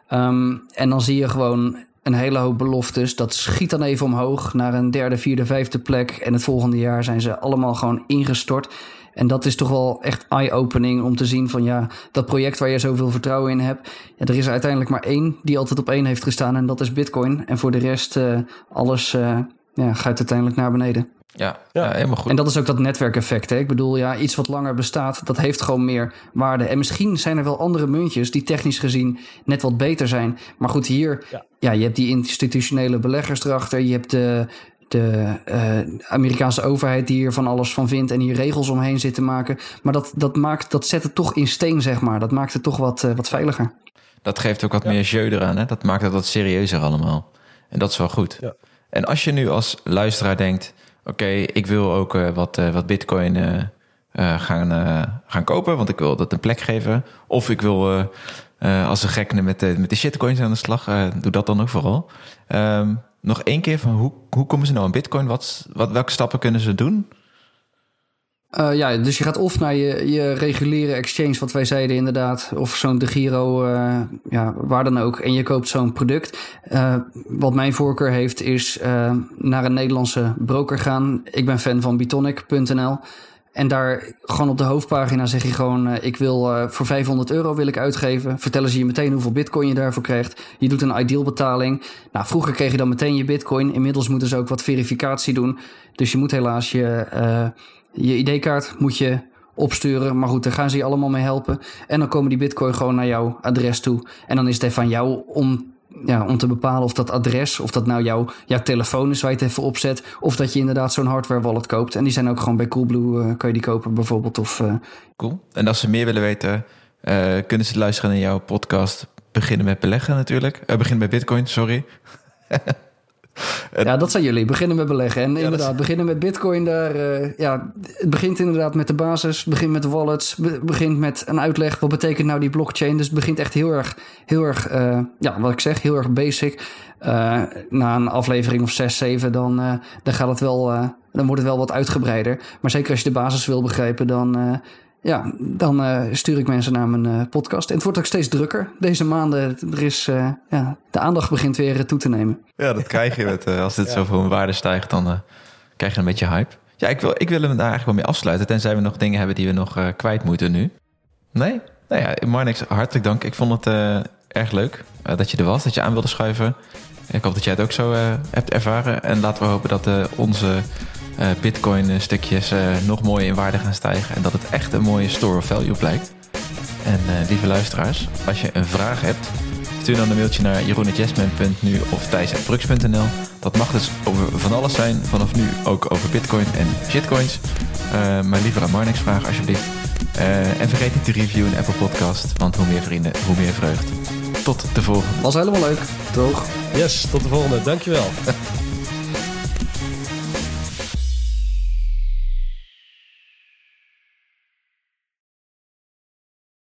Um, en dan zie je gewoon een hele hoop beloftes. Dat schiet dan even omhoog naar een derde, vierde, vijfde plek. En het volgende jaar zijn ze allemaal gewoon ingestort. En dat is toch wel echt eye-opening om te zien van ja, dat project waar je zoveel vertrouwen in hebt. Ja, er is er uiteindelijk maar één die altijd op één heeft gestaan en dat is Bitcoin. En voor de rest uh, alles uh, ja, gaat uiteindelijk naar beneden. Ja, ja. ja, helemaal goed. En dat is ook dat netwerkeffect. Hè? Ik bedoel, ja, iets wat langer bestaat, dat heeft gewoon meer waarde. En misschien zijn er wel andere muntjes die technisch gezien net wat beter zijn. Maar goed, hier, ja, ja je hebt die institutionele beleggers erachter. Je hebt de, de uh, Amerikaanse overheid die hier van alles van vindt en hier regels omheen zit te maken. Maar dat, dat, maakt, dat zet het toch in steen, zeg maar. Dat maakt het toch wat, uh, wat veiliger. Dat geeft ook wat ja. meer jeu eraan. Hè? Dat maakt het wat serieuzer allemaal. En dat is wel goed. Ja. En als je nu als luisteraar denkt... Oké, okay, ik wil ook uh, wat, uh, wat bitcoin uh, uh, gaan, uh, gaan kopen, want ik wil dat een plek geven. Of ik wil uh, uh, als een gek met de, met de shitcoins aan de slag, uh, doe dat dan ook vooral. Um, nog één keer van hoe, hoe komen ze nou aan bitcoin? Wat, wat, welke stappen kunnen ze doen? Uh, ja, dus je gaat of naar je, je reguliere exchange, wat wij zeiden inderdaad, of zo'n De Giro, uh, ja, waar dan ook, en je koopt zo'n product. Uh, wat mijn voorkeur heeft, is uh, naar een Nederlandse broker gaan. Ik ben fan van Bitonic punt n l. En daar gewoon op de hoofdpagina zeg je gewoon, uh, ik wil uh, voor vijfhonderd euro wil ik uitgeven. Vertellen ze je meteen hoeveel bitcoin je daarvoor krijgt. Je doet een ideal betaling. Nou, vroeger kreeg je dan meteen je bitcoin. Inmiddels moeten ze ook wat verificatie doen. Dus je moet helaas je, uh, je I D-kaart moet je opsturen. Maar goed, daar gaan ze je allemaal mee helpen. En dan komen die bitcoin gewoon naar jouw adres toe. En dan is het even aan jou om... Ja, om te bepalen of dat adres, of dat nou jouw, jouw telefoon is waar je het even opzet, of dat je inderdaad zo'n hardware wallet koopt. En die zijn ook gewoon bij Coolblue, uh, kan je die kopen bijvoorbeeld. Of, uh... Cool. En als ze meer willen weten, uh, kunnen ze luisteren naar jouw podcast Beginnen met Beleggen natuurlijk. Uh, beginnen met Bitcoin, sorry. Ja, dat zijn jullie. Beginnen met beleggen. En ja, inderdaad, is... beginnen met Bitcoin. Daar, uh, ja, het begint inderdaad met de basis. Het begint met de wallets. Het begint met een uitleg. Wat betekent nou die blockchain? Dus het begint echt heel erg, heel erg, uh, ja, wat ik zeg, heel erg basic. Uh, na een aflevering of zes, zeven, dan, uh, dan gaat het wel, uh, dan wordt het wel wat uitgebreider. Maar zeker als je de basis wil begrijpen, dan... Uh, Ja, dan uh, stuur ik mensen naar mijn uh, podcast. En het wordt ook steeds drukker. Deze maanden, er is, uh, ja, de aandacht begint weer uh, toe te nemen. Ja, dat krijg je met, uh, als dit ja. zoveel in waarde stijgt, dan uh, krijg je een beetje hype. Ja, ik wil, ik wil hem daar eigenlijk wel mee afsluiten. Tenzij we nog dingen hebben die we nog uh, kwijt moeten nu. Nee? Nou ja, Marnix, hartelijk dank. Ik vond het uh, erg leuk uh, dat je er was, dat je aan wilde schuiven. Ik hoop dat jij het ook zo uh, hebt ervaren. En laten we hopen dat uh, onze... Uh, Bitcoin stukjes uh, nog mooier in waarde gaan stijgen. En dat het echt een mooie store of value blijkt. En uh, lieve luisteraars, als je een vraag hebt, stuur dan een mailtje naar jeroen at yesman punt nu of thijs at brux punt n l. Dat mag dus over van alles zijn. Vanaf nu ook over Bitcoin en shitcoins. Uh, maar liever aan Marnix vragen alsjeblieft. Uh, en vergeet niet te reviewen in Apple Podcast. Want hoe meer vrienden, hoe meer vreugd. Tot de volgende. Was helemaal leuk. Toch? Yes, tot de volgende. Dankjewel.